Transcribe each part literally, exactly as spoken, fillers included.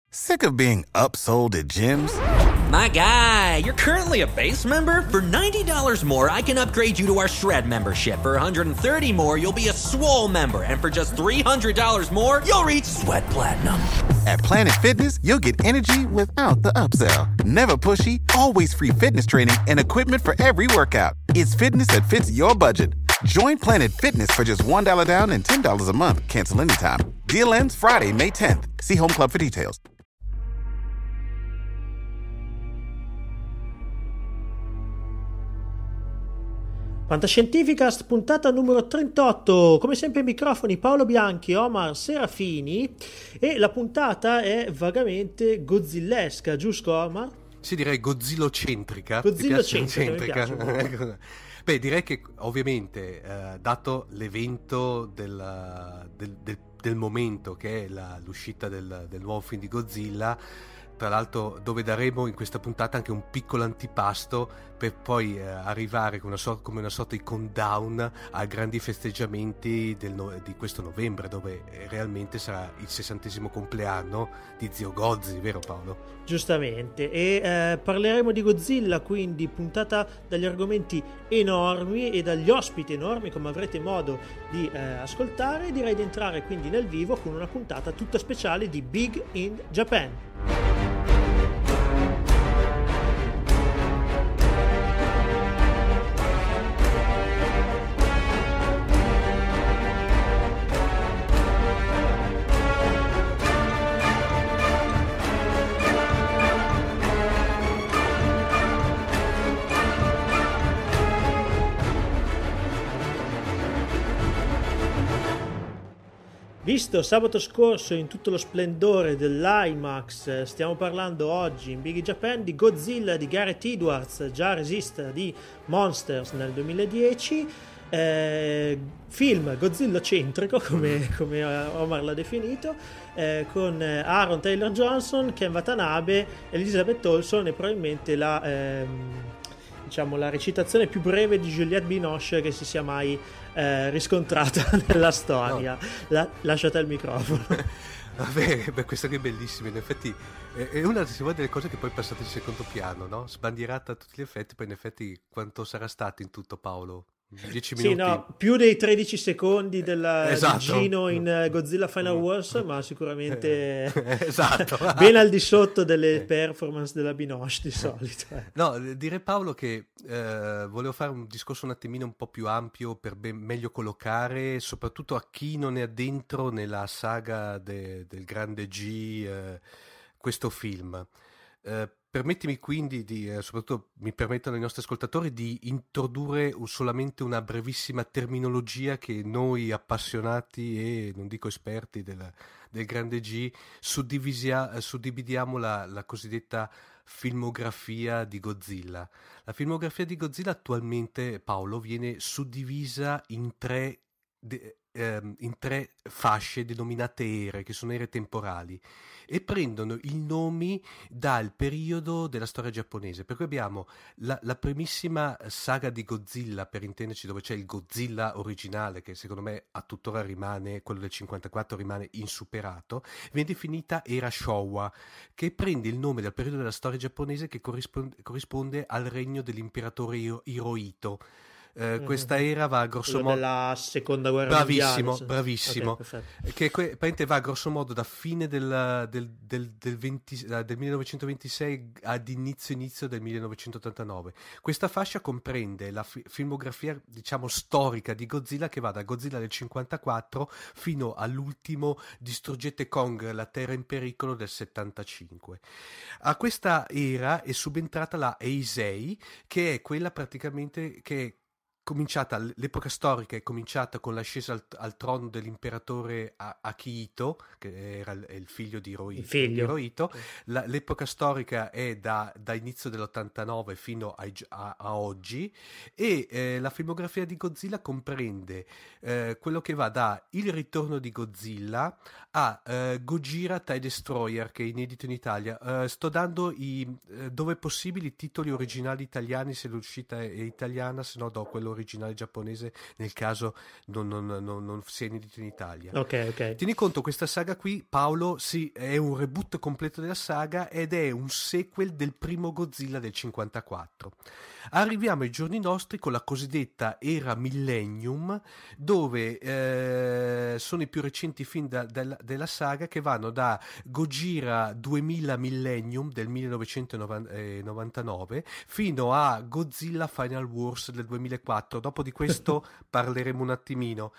Sick of being upsold at gyms? My guy, you're currently a base member? For ninety dollars more, I can upgrade you to our Shred membership. For one hundred thirty dollars more, you'll be a Swole member. And for just three hundred dollars more, you'll reach Sweat Platinum. At Planet Fitness, you'll get energy without the upsell. Never pushy, always free fitness training and equipment for every workout. It's fitness that fits your budget. Join Planet Fitness for just one dollar down and ten dollars a month. Cancel anytime. Deal ends Friday, May tenth. See Home Club for details. Fantascientificast, puntata numero trentotto, come sempre ai microfoni Paolo Bianchi, Omar Serafini, e la puntata è vagamente godzillesca, giusto Omar? Sì, direi godzillocentrica. Godzillocentrica, Godzillocentrica. Beh, direi che ovviamente, eh, dato l'evento del, del, del, del momento, che è la, l'uscita del, del nuovo film di Godzilla, tra l'altro dove daremo in questa puntata anche un piccolo antipasto per poi eh, arrivare con una so- come una sorta di countdown ai grandi festeggiamenti del no- di questo novembre, dove realmente sarà il sessantesimo compleanno di Zio Gozzi, vero Paolo? Giustamente, e eh, parleremo di Godzilla, quindi puntata dagli argomenti enormi e dagli ospiti enormi, come avrete modo di eh, ascoltare. Direi di entrare quindi nel vivo con una puntata tutta speciale di Big in Japan. Visto sabato scorso in tutto lo splendore dell'IMAX, stiamo parlando oggi in Big in Japan di Godzilla di Gareth Edwards, già regista di Monsters nel duemiladieci, eh, film Godzilla-centrico come, come Omar l'ha definito, eh, con Aaron Taylor Johnson, Ken Watanabe, Elizabeth Olsen e probabilmente la... Ehm, diciamo la recitazione più breve di Juliette Binoche che si sia mai eh, riscontrata nella storia. No. La, lasciate il microfono. Vabbè, beh, questa che è bellissima, in effetti è una delle cose che poi è passata in secondo piano, no? Sbandierata a tutti gli effetti, poi in effetti quanto sarà stato in tutto, Paolo? dieci minuti? Sì, no, più dei tredici secondi della, esatto. di Gino in Godzilla Final Wars, ma sicuramente esatto. ben al di sotto delle performance della Binoche di solito. Eh. No, direi Paolo che eh, volevo fare un discorso un attimino un po' più ampio per ben meglio collocare, soprattutto a chi non è addentro nella saga de, del grande G, eh, questo film. Eh, Permettimi quindi di, eh, soprattutto mi permettono i nostri ascoltatori, di introdurre solamente una brevissima terminologia che noi appassionati e non dico esperti del, del grande G suddivisia, suddividiamo la, la cosiddetta filmografia di Godzilla. La filmografia di Godzilla attualmente, Paolo, viene suddivisa in tre, de, ehm, in tre fasce denominate ere, che sono ere temporali, e prendono i nomi dal periodo della storia giapponese. Per cui abbiamo la, la primissima saga di Godzilla, per intenderci, dove c'è il Godzilla originale, che secondo me a tuttora rimane, quello del cinquantaquattro rimane insuperato, viene definita era Showa, che prende il nome dal periodo della storia giapponese che corrisponde, corrisponde al regno dell'imperatore Hiro- Hirohito. Uh, mm-hmm. Questa era va a grosso modo della seconda guerra bravissimo, mondiale, bravissimo, okay, che que- va a grosso modo da fine del, del, del, del, venti, del millenovecentoventisei ad inizio inizio del millenovecentottantanove. Questa fascia comprende la fi- filmografia, diciamo, storica di Godzilla, che va da Godzilla del cinquantaquattro fino all'ultimo Distruggete Kong, la terra in pericolo del settantacinque. A questa era è subentrata la Heisei, che è quella praticamente che è cominciata, l'epoca storica è cominciata con l'ascesa al, al trono dell'imperatore Akihito, che era il, il figlio di Hirohito. Il figlio. Hirohito. La, l'epoca storica è da, da inizio dell'ottantanove fino a, a, a oggi, e eh, la filmografia di Godzilla comprende eh, quello che va da Il ritorno di Godzilla a eh, Gojira TIE Destroyer, che è inedito in Italia. Eh, sto dando i, eh, dove è possibile, i titoli originali italiani, se l'uscita è italiana, se no do quello originale giapponese nel caso non, non, non, non sia inedito in Italia. Ok, ok. Tieni conto, questa saga qui, Paolo, sì, è un reboot completo della saga ed è un sequel del primo Godzilla del cinquantaquattro. Arriviamo ai giorni nostri con la cosiddetta era Millennium, dove eh, sono i più recenti film da, da, della saga, che vanno da Gojira duemila Millennium del millenovecentonovantanove fino a Godzilla Final Wars del duemilaquattro. Dopo di questo parleremo un attimino.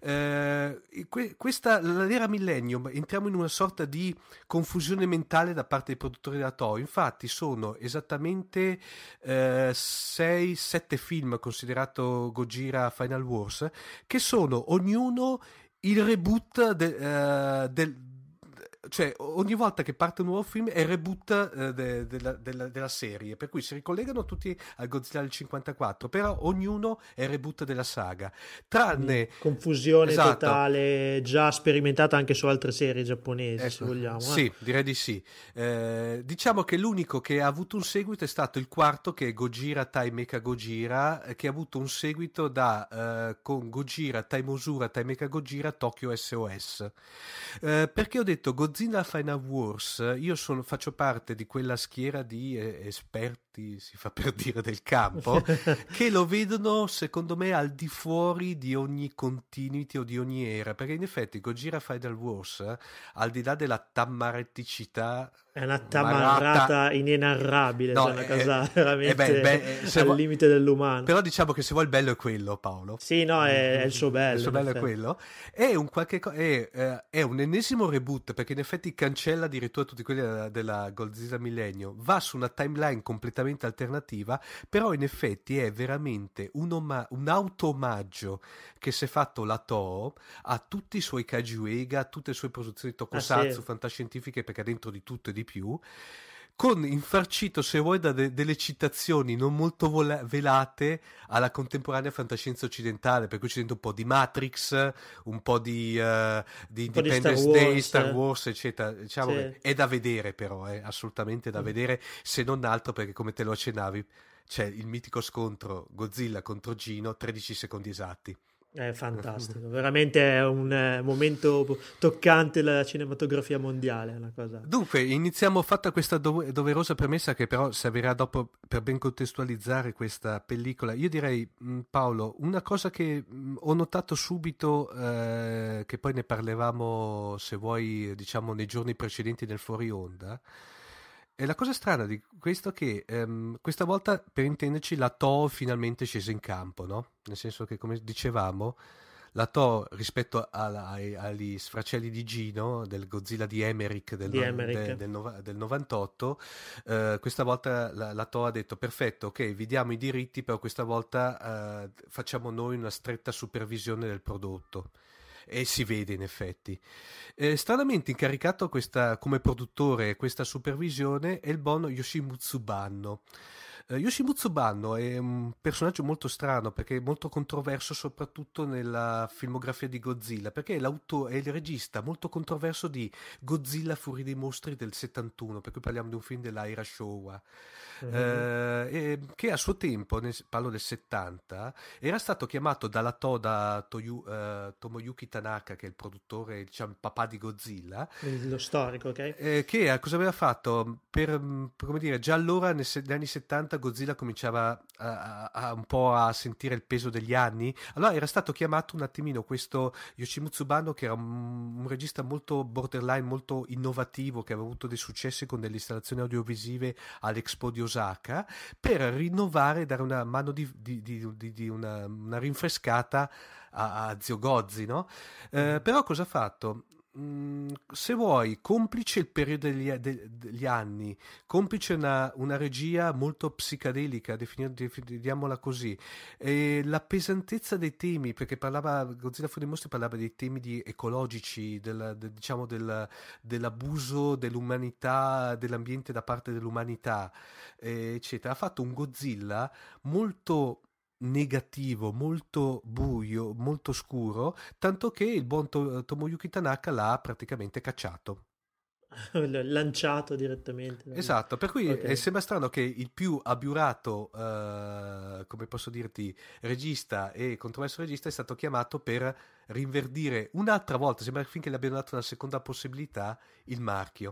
Eh, que- questa, l'era Millennium, entriamo in una sorta di confusione mentale da parte dei produttori della Toei. Infatti sono esattamente eh, sei sette film, considerato Gojira Final Wars, che sono ognuno il reboot de, uh, del cioè ogni volta che parte un nuovo film è il reboot uh, de, de la, de la, della serie, per cui si ricollegano tutti al Godzilla del cinquantaquattro, però ognuno è il reboot della saga, tranne confusione esatto. totale già sperimentata anche su altre serie giapponesi, ecco, se vogliamo. Sì, eh. direi di sì. Eh, diciamo che l'unico che ha avuto un seguito è stato il quarto, che è Gojira Tai Mecha Gojira, che ha avuto un seguito da eh, con Gojira Tai Mosura Tai Mecha Gojira Tokyo S O S. Eh, perché ho detto Godzilla Final Wars? Io sono, faccio parte di quella schiera di eh, esperti, si fa per dire, del campo che lo vedono secondo me al di fuori di ogni continuity o di ogni era, perché in effetti Gojira Final Wars, eh, al di là della tammaretticità, è una tamarrata inenarrabile, no, cioè una è, cosa veramente è beh, beh, al vuoi, limite dell'umano. Però diciamo che se vuoi il bello è quello, Paolo. Sì, no, è, è il suo bello. Il suo bello è quello. È un, qualche co- è, eh, è un ennesimo reboot, perché in effetti cancella addirittura tutti quelli della, della Godzilla Millennium, va su una timeline completamente alternativa, però in effetti è veramente un, oma- un auto-omaggio che si è fatto la Toho a tutti i suoi Kajiuega, a tutte le sue produzioni tokusatsu, ah, sì. fantascientifiche, perché ha dentro di tutto e di più, con infarcito, se vuoi, da de- delle citazioni non molto vola- velate alla contemporanea fantascienza occidentale, per cui c'è dentro un po' di Matrix, un po' di, uh, di un Independence po' di Star Day, Wars, Star eh. Wars, eccetera. Diciamo sì. che è da vedere, però, è assolutamente da mm. vedere, se non altro perché, come te lo accennavi, c'è il mitico scontro Godzilla contro Gino, tredici secondi esatti. È fantastico, veramente è un eh, momento toccante della cinematografia mondiale, una cosa. Dunque, iniziamo, fatta questa do- doverosa premessa, che però servirà dopo per ben contestualizzare questa pellicola. Io direi, mh, Paolo, una cosa che mh, ho notato subito, eh, che poi ne parlavamo, se vuoi, diciamo, nei giorni precedenti del fuori onda. E la cosa strana di questo è che um, questa volta, per intenderci, la Toho finalmente è scesa in campo, no? Nel senso che, come dicevamo, la Toho, rispetto alla, ai, agli sfracelli di Gino, del Godzilla di Emmerich del, di no, Emmerich. del, del, nova, del novantotto, uh, questa volta la, la Toho ha detto: perfetto, ok, vi diamo i diritti, però questa volta uh, facciamo noi una stretta supervisione del prodotto. E si vede in effetti. Eh, stranamente incaricato questa, come produttore questa supervisione è il buon Yoshimitsu Banno. Eh, Yoshimitsu Banno è un personaggio molto strano, perché è molto controverso soprattutto nella filmografia di Godzilla, perché è, l'autore, è il regista molto controverso di Godzilla Furia dei mostri del settantuno, per cui parliamo di un film dell'era Showa. Uh-huh. Eh, che a suo tempo, nel, parlo del settanta, era stato chiamato dalla Toho, da Toyu, uh, Tomoyuki Tanaka, che è il produttore, diciamo, il papà di Godzilla, lo storico, ok? Eh, che cosa aveva fatto? Per, per come dire, già allora negli anni settanta Godzilla cominciava a, a, a un po' a sentire il peso degli anni. Allora era stato chiamato un attimino questo Yoshimitsu Banno, che era un, un regista molto borderline, molto innovativo, che aveva avuto dei successi con delle installazioni audiovisive all'Expo di Osaka, per rinnovare, dare una mano di, di, di, di, di una, una rinfrescata a, a Zio Gozzi, no? Eh, però cosa ha fatto? Mm, se vuoi, complice il periodo degli, de, degli anni, complice una, una regia molto psicadelica, definiamola così, e la pesantezza dei temi, perché parlava, Godzilla Furia dei mostri parlava dei temi di ecologici, del, de, diciamo del, dell'abuso dell'umanità, dell'ambiente da parte dell'umanità, eh, eccetera. Ha fatto un Godzilla molto negativo, molto buio, molto scuro, tanto che il buon to- Tomoyuki Tanaka l'ha praticamente cacciato. lanciato direttamente. Esatto, per cui okay. eh, sembra strano che il più abiurato, eh, come posso dirti, regista e controverso regista è stato chiamato per rinverdire un'altra volta, sembra finché le abbiano dato una seconda possibilità, il marchio.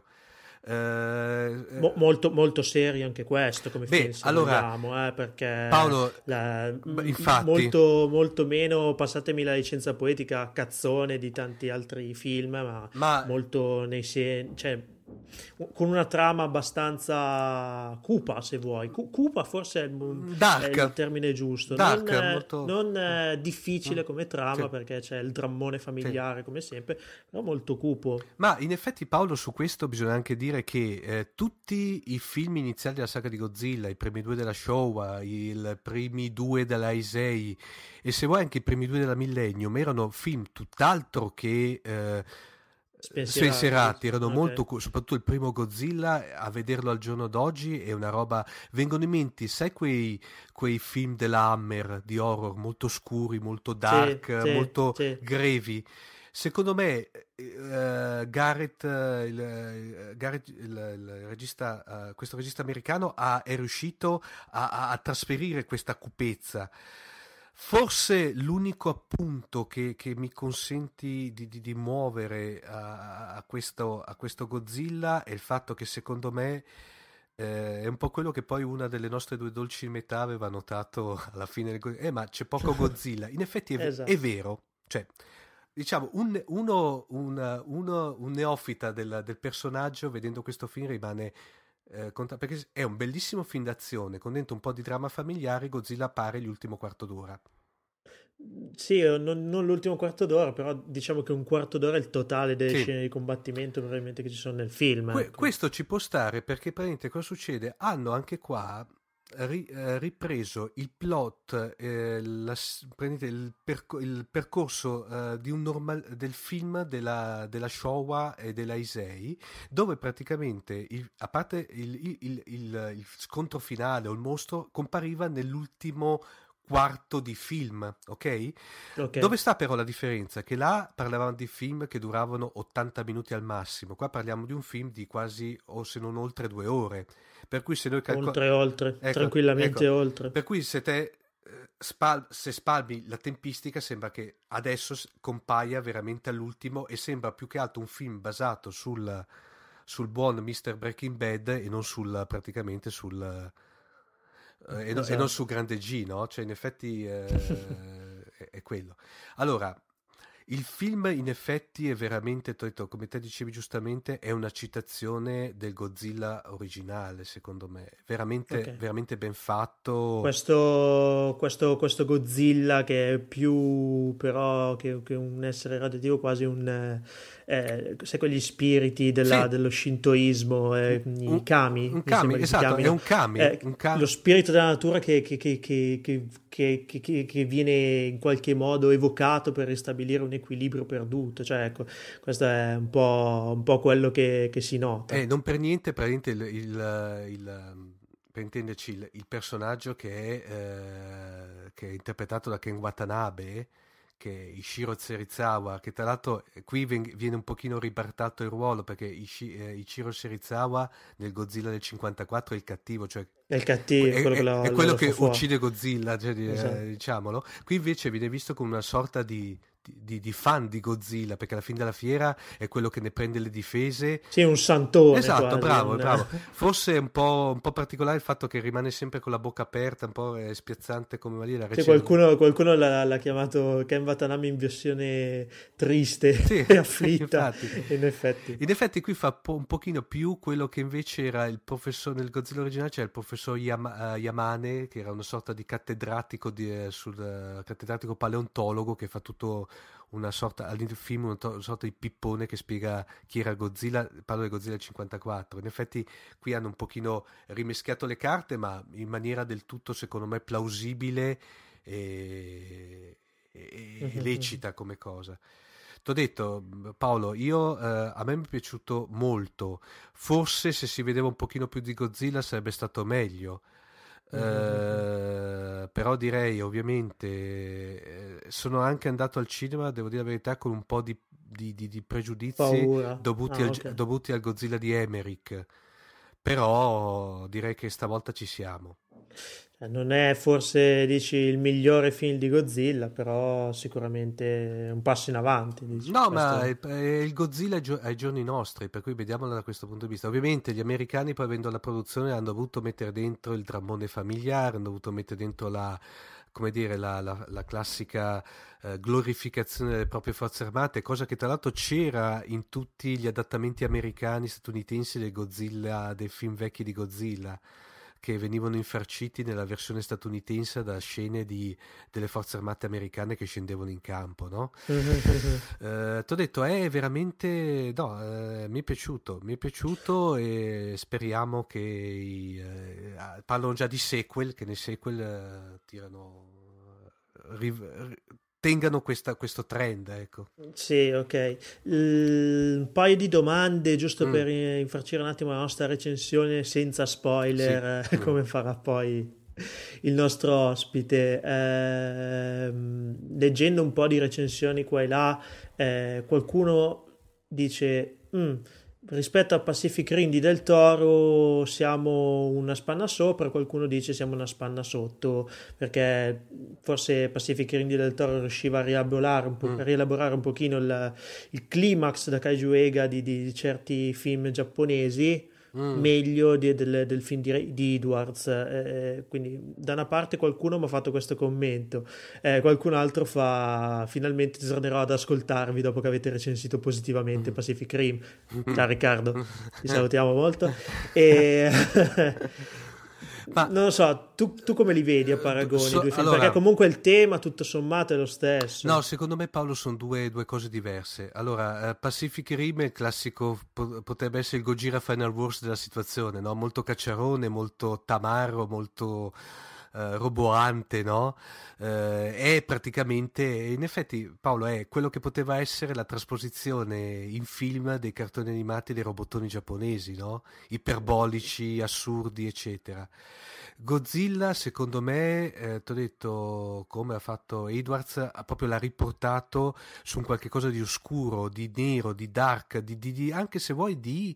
Eh, Mo- molto, molto serio anche questo come beh, film, se allora, vogliamo, eh, perché Paolo, la, infatti, molto, molto meno, passatemi la licenza poetica, cazzone di tanti altri film, ma, ma molto nei sen- cioè, con una trama abbastanza cupa, se vuoi. Cu- cupa forse è il, dark, è il termine giusto, dark, non, molto... non eh, difficile come trama, sì, perché c'è il drammone familiare sì, come sempre, però molto cupo. Ma in effetti, Paolo, su questo bisogna anche dire che eh, tutti i film iniziali della saga di Godzilla, i primi due della Showa, i primi due della Heisei e se vuoi anche i primi due della Millennium, erano film tutt'altro che eh, Spensierati, spensierati, erano okay. molto, soprattutto il primo Godzilla, a vederlo al giorno d'oggi è una roba, vengono in mente, sai quei, quei film della Hammer di horror molto scuri, molto dark, sì, sì, molto sì. grevi. Secondo me uh, Gareth, uh, il, uh, Gareth il, il regista, uh, questo regista americano ha, è riuscito a, a, a trasferire questa cupezza. Forse l'unico appunto che, che mi consenti di, di, di muovere a, a, questo, a questo Godzilla è il fatto che secondo me eh, è un po' quello che poi una delle nostre due dolci metà aveva notato alla fine del Godzilla. Eh, ma c'è poco Godzilla. In effetti è, Esatto. è vero. Cioè, diciamo, un, uno, un, uno, un neofita del, del personaggio vedendo questo film rimane... Eh, conta, perché è un bellissimo film d'azione con dentro un po' di dramma familiare. Godzilla appare l'ultimo quarto d'ora. Sì, non, non l'ultimo quarto d'ora, però diciamo che un quarto d'ora è il totale delle sì. scene di combattimento probabilmente che ci sono nel film. Que- ecco. Questo ci può stare perché praticamente cosa succede? Hanno anche qua ri- eh, ripreso il plot, eh, la, il, perco- il percorso eh, di un normal- del film della, della Showa e della Heisei, dove praticamente, il, a parte il, il, il, il, il scontro finale o il mostro, compariva nell'ultimo quarto di film, ok? Okay. Dove sta però la differenza? Che là parlavamo di film che duravano ottanta minuti al massimo, qua parliamo di un film di quasi o se non oltre due ore, per cui se noi calcoliamo... Oltre, oltre, ecco, tranquillamente ecco, oltre. Per cui se te eh, spal- se spalmi la tempistica sembra che adesso compaia veramente all'ultimo e sembra più che altro un film basato sul, sul buon mister Breaking Bad e non sul praticamente sul... Eh, e, no, esatto. e non su Grande G, no? Cioè in effetti eh, è, è quello. Allora, il film in effetti è veramente, come te dicevi giustamente, è una citazione del Godzilla originale, secondo me. Veramente, okay. veramente ben fatto. Questo, questo, questo Godzilla che è più però che, che un essere radioattivo, quasi un... Eh, sai quegli spiriti della, sì. dello shintoismo, eh, i un, kami. Un kami, esatto, è un kami. Eh, un kami. Lo spirito della natura che, che, che, che, che, che, che, che viene in qualche modo evocato per ristabilire un equilibrio perduto, cioè ecco, questo è un po', un po' quello che, che si nota. Eh, non per niente, praticamente il, il, il, per intenderci il, il personaggio che è, eh, che è interpretato da Ken Watanabe, che è Ishiro Serizawa, che tra l'altro qui viene un pochino ribaltato il ruolo perché Ishi, eh, Ichiro Serizawa nel Godzilla del cinquantaquattro è il cattivo, cioè è il cattivo, è, quello è, che, lo, è quello lo che fuori. uccide Godzilla, cioè, esatto. eh, diciamolo. Qui invece viene visto come una sorta di Di, di fan di Godzilla, perché alla fine della fiera è quello che ne prende le difese. Sì, un santone. Esatto, quasi, bravo, un... bravo. Forse è un po', un po' particolare il fatto che rimane sempre con la bocca aperta, un po' spiazzante come va lì la sì, qualcuno, qualcuno l'ha, l'ha chiamato Ken Watanabe in versione triste sì, e afflitta. Infatti. In effetti. In effetti qui fa po- un pochino più quello che invece era il professore nel Godzilla originale, cioè il professor Yama- uh, Yamane, che era una sorta di cattedratico di, uh, sul uh, cattedratico paleontologo che fa tutto una sorta all'inizio del film una, to- una sorta di pippone che spiega chi era Godzilla. Parlo del Godzilla del cinquantaquattro. In effetti qui hanno un pochino rimeschiato le carte, ma in maniera del tutto secondo me plausibile e, e, e lecita come cosa. T'ho detto, Paolo, io eh, a me mi è piaciuto molto, forse se si vedeva un pochino più di Godzilla sarebbe stato meglio. Uh, però direi ovviamente eh, sono anche andato al cinema, devo dire la verità, con un po' di, di, di, di pregiudizi Paura. dovuti, Ah, al, ok. dovuti al Godzilla di Emmerich, però direi che stavolta ci siamo. Cioè, non è forse, dici, il migliore film di Godzilla, però sicuramente è un passo in avanti, dici. No, ma Questo... è, è il Godzilla ai, gio- ai giorni nostri, per cui vediamola da questo punto di vista. Ovviamente gli americani, poi avendo la produzione, hanno dovuto mettere dentro il drammone familiare, hanno dovuto mettere dentro la, come dire, la, la- la classica eh, glorificazione delle proprie forze armate, cosa che tra l'altro c'era in tutti gli adattamenti americani, statunitensi del Godzilla, dei film vecchi di Godzilla, che venivano infarciti nella versione statunitense da scene di, delle forze armate americane che scendevano in campo, no? Eh, t'ho detto, è veramente, no, eh, mi è piaciuto, mi è piaciuto e speriamo che i, eh, ah, parlano già di sequel, che nei sequel eh, tirano, riv- ri- tengano questa- questo trend, ecco. Sì, ok. L- un paio di domande giusto Mm, per eh, infarcire un attimo la nostra recensione senza sì. spoiler, eh, Mm. come farà poi il nostro ospite. Ehm, leggendo un po' di recensioni qua e là, eh, qualcuno dice: "Mm, rispetto a Pacific Rim di Del Toro siamo una spanna sopra", qualcuno dice siamo una spanna sotto, perché forse Pacific Rim di Del Toro riusciva a rielaborare un po', a Mm. rielaborare un pochino il, il climax da Kaiju Ega di, di certi film giapponesi Mm. meglio di- del, del film di, di Edwards. Eh, quindi da una parte qualcuno mi ha fatto questo commento, eh, qualcun altro fa: finalmente tornerò ad ascoltarvi dopo che avete recensito positivamente Mm. Pacific Rim. Ciao Riccardo, ti salutiamo molto. E Ma non lo so, tu, tu come li vedi a eh, paragoni i so- due film? Perché allora, comunque il tema tutto sommato è lo stesso. no, secondo me Paolo sono due, due cose diverse. Allora, eh, Pacific Rim è il classico, po- potrebbe essere il Gojira Final Wars della situazione, no? Molto cacciarone, molto tamarro, molto eh, roboante, no? Eh, è praticamente, in effetti Paolo è quello che poteva essere la trasposizione in film dei cartoni animati dei robottoni giapponesi, no? Iperbolici, assurdi, eccetera. Godzilla, secondo me, eh, ti ho detto, come ha fatto Edwards, ha proprio l'ha riportato su un qualche cosa di oscuro, di nero, di dark, di, di- di- anche se vuoi di,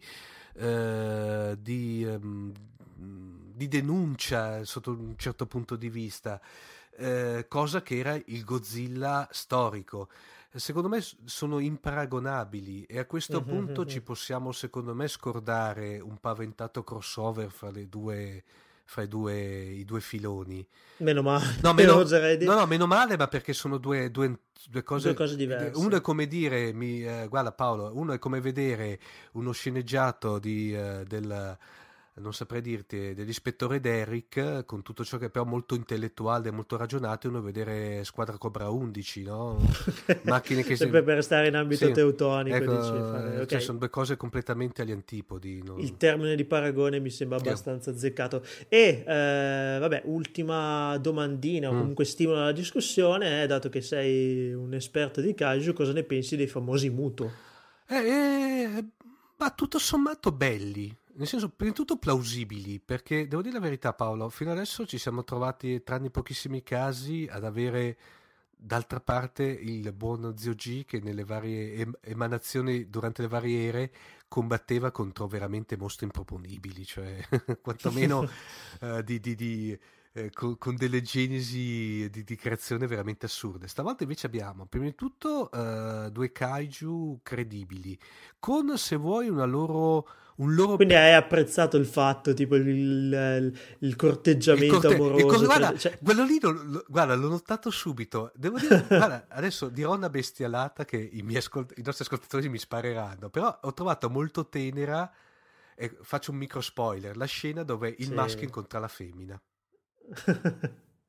eh, di, ehm, di denuncia sotto un certo punto di vista, eh, cosa che era il Godzilla storico. Secondo me s- sono imparagonabili e a questo punto ci possiamo, secondo me, scordare un paventato crossover fra le due, fra i due, i due filoni. Meno No, male, meno, oserei no, dire. no, meno male, ma perché sono due, due- due Due cose. cose Uno è diverse. come dire, mi, eh, guarda Paolo, uno è come vedere uno sceneggiato di, eh, del, non saprei dirti, dell'ispettore Derrick, eh, con tutto ciò che è però molto intellettuale e molto ragionato, e uno vedere Squadra Cobra undici, no? Macchine che si... Sempre per stare in ambito Sì, teutonico, dici, fare- ecco, eh, cioè ok. sono due cose completamente agli antipodi. Il non- termine di paragone mi sembra Sì. abbastanza azzeccato. E eh, vabbè, ultima domandina o Mm. comunque stimola la discussione, è, dato che sei un esperto di kaiju, cosa ne pensi dei famosi Muto? Eh, eh, ma tutto sommato belli, nel senso, prima di tutto plausibili, perché devo dire la verità, Paolo, fino adesso ci siamo trovati, tranne pochissimi casi, ad avere d'altra parte il buon zio G che nelle varie em- emanazioni durante le varie ere combatteva contro veramente mostri improponibili, cioè quantomeno eh, di, di- di, eh, co- con, delle genesi di, di creazione veramente assurde. Stavolta invece abbiamo, prima di tutto, eh, due kaiju credibili, con, se vuoi, una loro, un loro Quindi pe- hai apprezzato il fatto, tipo il, il- il il corteggiamento corte- il amoroso corte- tra- guarda, cioè, quello lì lo- lo- guarda, l'ho notato subito. Devo dire, guarda, adesso dirò una bestialata che i, miei ascolt- i nostri ascoltatori mi spareranno, però ho trovato molto tenera, e faccio un micro spoiler, la scena dove il sì. maschio incontra la femmina.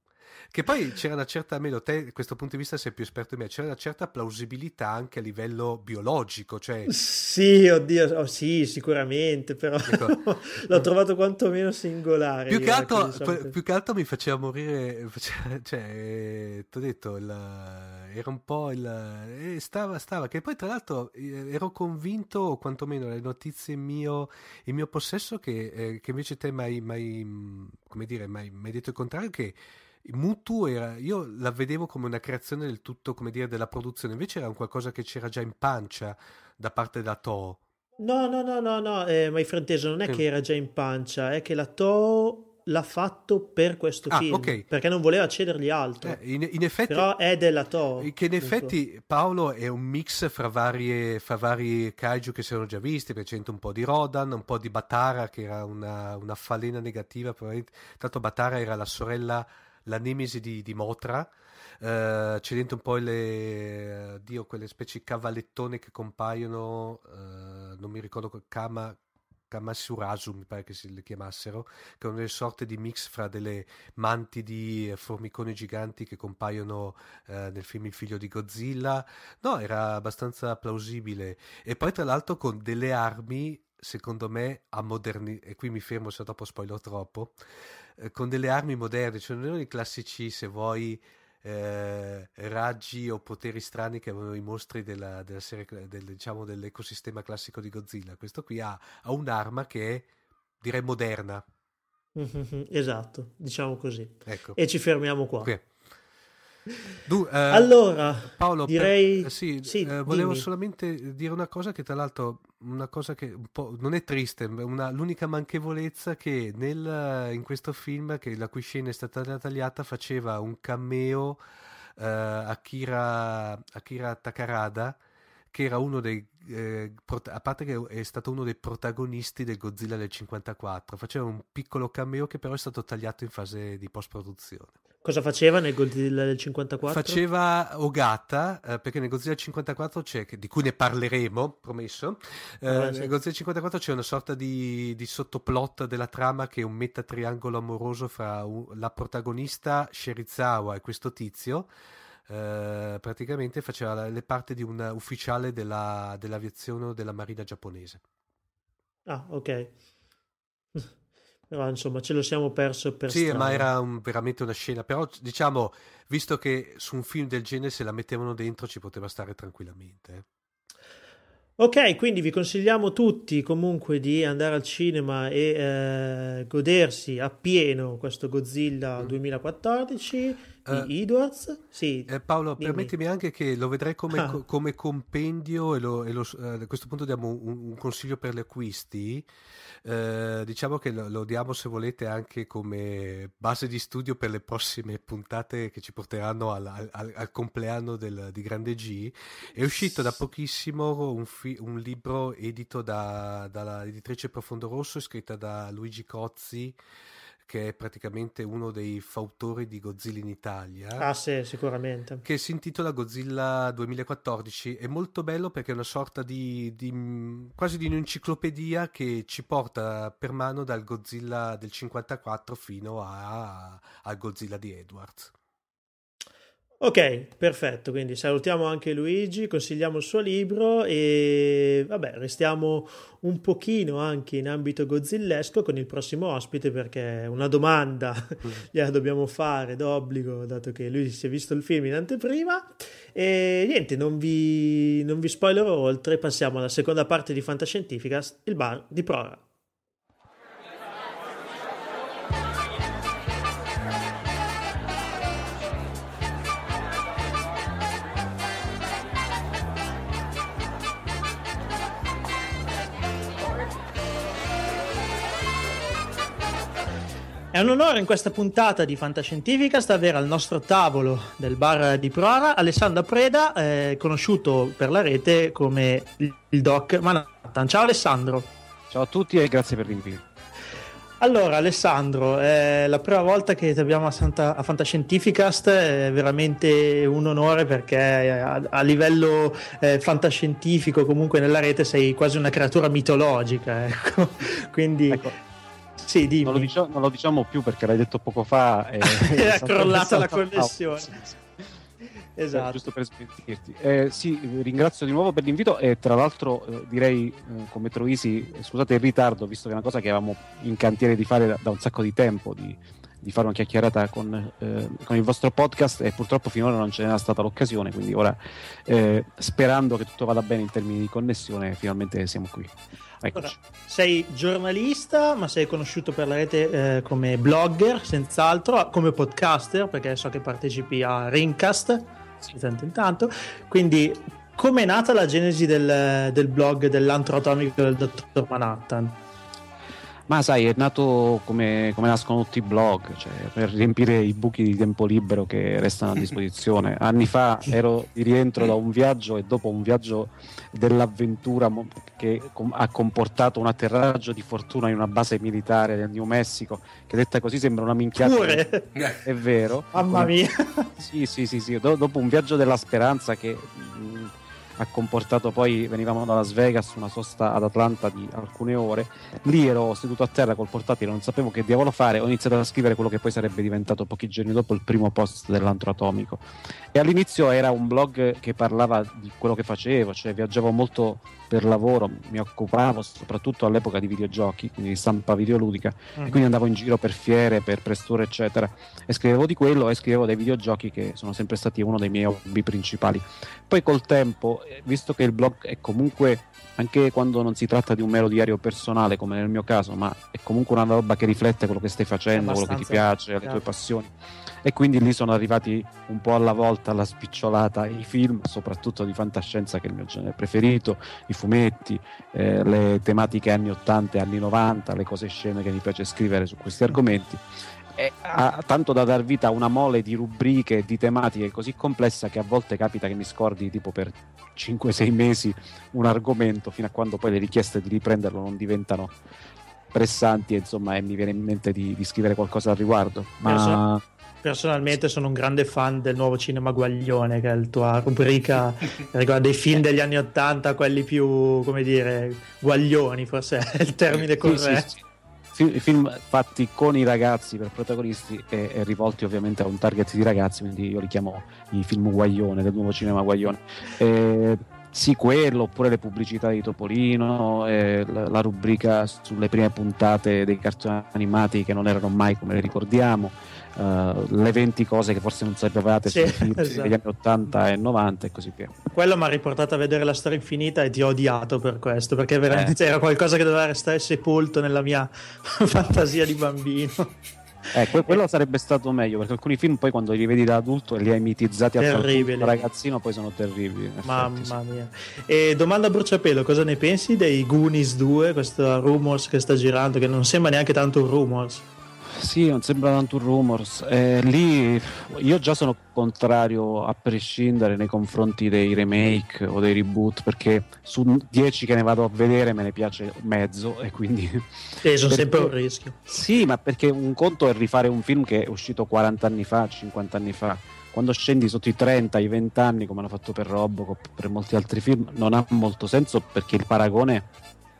Che poi c'era una certa, almeno te da questo punto di vista sei più esperto di me, c'era una certa plausibilità anche a livello biologico, cioè... Sì, oddio, oh, sì, sicuramente, però ecco, l'ho trovato quantomeno singolare. Più che, io, altro, ecco, diciamo che... più che altro mi faceva morire, faceva, cioè, ti ho detto, il, era un po' il... Eh, stava, stava, che poi tra l'altro ero convinto, o quantomeno le notizie in mio, in mio possesso, che, eh, che invece te mai, mai, come dire, mai, mai detto il contrario, che Mutu era, io la vedevo come una creazione del tutto, come dire, della produzione, invece era un qualcosa che c'era già in pancia da parte da Toho. No, no, no, no, no, eh, ma hai frainteso, non è Che- che era già in pancia, è che la Toho l'ha fatto per questo Ah, film, ok. perché non voleva cedergli altro, Eh, in, in effetti, però è della Toho. che in Mutu. effetti Paolo è un mix fra varie, fra vari kaiju che si erano già visti, perché c'è un po' di Rodan, un po' di Batara, che era una, una falena negativa, probabilmente. Tanto Batara era la sorella, la nemesi di, di Mothra. Eh, c'è dentro un po' le, Dio, quelle specie di cavallettone che compaiono, eh, non mi ricordo, quel Kama, Kamasurasu mi pare che si le chiamassero, che erano delle sorte di mix fra delle mantidi, eh, formiconi giganti che compaiono eh, nel film Il figlio di Godzilla. No, era abbastanza plausibile. E poi tra l'altro con delle armi, secondo me, a moderni, e qui mi fermo se dopo spoiler troppo, eh, con delle armi moderne, cioè non erano i classici, se vuoi, eh, raggi o poteri strani che avevano i mostri della, della serie, del, diciamo, dell'ecosistema classico di Godzilla. Questo qui ha, ha un'arma che è, direi, moderna. Mhm, esatto, diciamo così. Ecco. E ci fermiamo qua. Qui. Du, eh, Allora, Paolo, per- direi... eh, sì, sì, eh, volevo dimmi. solamente dire una cosa che tra l'altro, una cosa che un po' non è triste, ma una- l'unica manchevolezza che nel, in questo film, che la cui scena è stata tagliata, faceva un cameo eh, Akira, Akira Takarada, che era uno dei, eh, prot- a parte che è stato uno dei protagonisti del Godzilla del cinquantaquattro, faceva un piccolo cameo che però è stato tagliato in fase di post-produzione. Cosa faceva nel Godzilla del cinquantaquattro? Faceva Ogata, eh, perché nel Godzilla cinquantaquattro c'è, che- di cui ne parleremo, promesso, eh, Ah, sì. nel Godzilla cinquantaquattro c'è una sorta di, di sottoplot della trama che è un metatriangolo amoroso fra un- la protagonista Sherizawa e questo tizio. Eh, praticamente faceva la- le parti di un ufficiale della- dell'aviazione o della marina giapponese. Ah, ok. Però insomma ce lo siamo perso per Sì, strada. ma era un- veramente una scena, però diciamo, visto che su un film del genere se la mettevano dentro ci poteva stare tranquillamente. eh. Ok, quindi vi consigliamo tutti comunque di andare al cinema e eh, godersi appieno questo Godzilla Mm. duemilaquattordici Eh, di Edwards. Sì, Eh, Paolo, dimmi. permettimi anche che lo vedrei come, Ah. co- come compendio e, lo- e lo- eh, a questo punto diamo un, un consiglio per gli acquisti. Eh, diciamo che lo, lo diamo, se volete, anche come base di studio per le prossime puntate che ci porteranno al, al- al- al compleanno del- di Grande G. È uscito da pochissimo un, fi- un libro edito da- dalla editrice Profondo Rosso, scritta da Luigi Cozzi, che è praticamente uno dei fautori di Godzilla in Italia, Ah sì, sicuramente. che si intitola Godzilla duemilaquattordici. È molto bello perché è una sorta di, di- quasi di un'enciclopedia che ci porta per mano dal Godzilla del cinquantaquattro fino a- al Godzilla di Edwards. Ok, perfetto, quindi salutiamo anche Luigi, consigliamo il suo libro e vabbè, restiamo un pochino anche in ambito godzillesco con il prossimo ospite perché una domanda gliela dobbiamo fare d'obbligo dato che lui si è visto il film in anteprima e niente, non vi, non vi spoilerò oltre, passiamo alla seconda parte di Fantascientificast, il bar di Prora. È un onore in questa puntata di Fantascientificast avere al nostro tavolo del bar di Prora Alessandro Preda, eh, conosciuto per la rete come il Doc Manhattan. Ciao Alessandro. Ciao a tutti e grazie per l'invito. Allora Alessandro, è la prima volta che ti abbiamo a, Santa, a Fantascientificast, è veramente un onore perché a, a livello eh, fantascientifico comunque nella rete sei quasi una creatura mitologica, ecco. Quindi... Ecco. Sì, dimmi. Non lo, diciamo, non lo diciamo più perché l'hai detto poco fa. E è crollata la connessione. Sì, sì. Esatto. Eh, giusto per smentirti. Eh, sì, ringrazio di nuovo per l'invito e tra l'altro eh, direi eh, come Troisi, scusate il ritardo, visto che è una cosa che avevamo in cantiere di fare da, da un sacco di tempo, di, di fare una chiacchierata con, eh, con il vostro podcast, e purtroppo finora non ce n'era stata l'occasione, quindi ora eh, sperando che tutto vada bene in termini di connessione, finalmente siamo qui. Eccoci. Ora, sei giornalista, ma sei conosciuto per la rete eh, come blogger, senz'altro, come podcaster, perché so che partecipi a Rincast di tanto in tanto. Quindi, com'è nata la genesi del, del blog dell'antro atomico del dottor Manhattan? Ma sai, è nato come, come nascono tutti i blog, cioè per riempire i buchi di tempo libero che restano a disposizione. Anni fa ero di rientro da un viaggio e dopo un viaggio dell'avventura che ha comportato un atterraggio di fortuna in una base militare del New Mexico, che detta così sembra una minchiata. Pure? È vero. Mamma mia. Sì, sì, sì, sì. Do- dopo un viaggio della speranza che mh, ha comportato poi, venivamo da Las Vegas, una sosta ad Atlanta di alcune ore, lì ero seduto a terra col portatile, non sapevo che diavolo fare, ho iniziato a scrivere quello che poi sarebbe diventato pochi giorni dopo il primo post dell'antro atomico, e all'inizio era un blog che parlava di quello che facevo, cioè viaggiavo molto per lavoro, mi occupavo soprattutto all'epoca di videogiochi, quindi di stampa videoludica, mm. e quindi andavo in giro per fiere, per press tour eccetera, e scrivevo di quello e scrivevo dei videogiochi che sono sempre stati uno dei miei hobby principali. Poi col tempo, visto che il blog è comunque, anche quando non si tratta di un mero diario personale come nel mio caso, ma è comunque una roba che riflette quello che stai facendo, quello che ti piace, le tue passioni, e quindi lì sono arrivati un po' alla volta, alla spicciolata, i film, soprattutto di fantascienza che è il mio genere preferito, i fumetti, eh, le tematiche anni ottanta e anni novanta, le cose scene che mi piace scrivere su questi argomenti, e ha tanto da dar vita a una mole di rubriche e di tematiche così complessa che a volte capita che mi scordi tipo per cinque sei mesi un argomento, fino a quando poi le richieste di riprenderlo non diventano pressanti, e insomma e mi viene in mente di, di scrivere qualcosa al riguardo. Ma personalmente sono un grande fan del nuovo cinema guaglione, che è la tua rubrica riguardo i film degli anni ottanta, quelli più, come dire, guaglioni, forse è il termine corretto. Sì, sì, sì. Film fatti con i ragazzi per protagonisti e, e rivolti ovviamente a un target di ragazzi, quindi io li chiamo i film guaglione, del nuovo cinema guaglione. Eh, sì, quello, oppure le pubblicità di Topolino, eh, la, la rubrica sulle prime puntate dei cartoni animati che non erano mai come le ricordiamo, uh, le venti cose che forse non sapevate sì, sui film esatto. degli anni ottanta e novanta e così via. Quello mi ha riportato a vedere La Storia Infinita e ti ho odiato per questo, perché veramente eh. era qualcosa che doveva restare sepolto nella mia fantasia di bambino. Eh, que- quello sarebbe stato meglio, perché alcuni film poi quando li vedi da adulto e li hai mitizzati a da ragazzino poi sono terribili. Effetti, mamma sì. mia. E domanda a bruciapelo, cosa ne pensi dei Goonies due, questo rumors che sta girando, che non sembra neanche tanto un rumors? Sì, non sembra tanto un rumors. Eh, lì io già sono contrario a prescindere nei confronti dei remake o dei reboot, perché su dieci che ne vado a vedere me ne piace mezzo, e quindi eh, sono sempre un rischio. Sì, ma perché un conto è rifare un film che è uscito quaranta anni fa, cinquanta anni fa. Quando scendi sotto i trenta, i venti anni, come hanno fatto per Robocop, per molti altri film, non ha molto senso, perché il paragone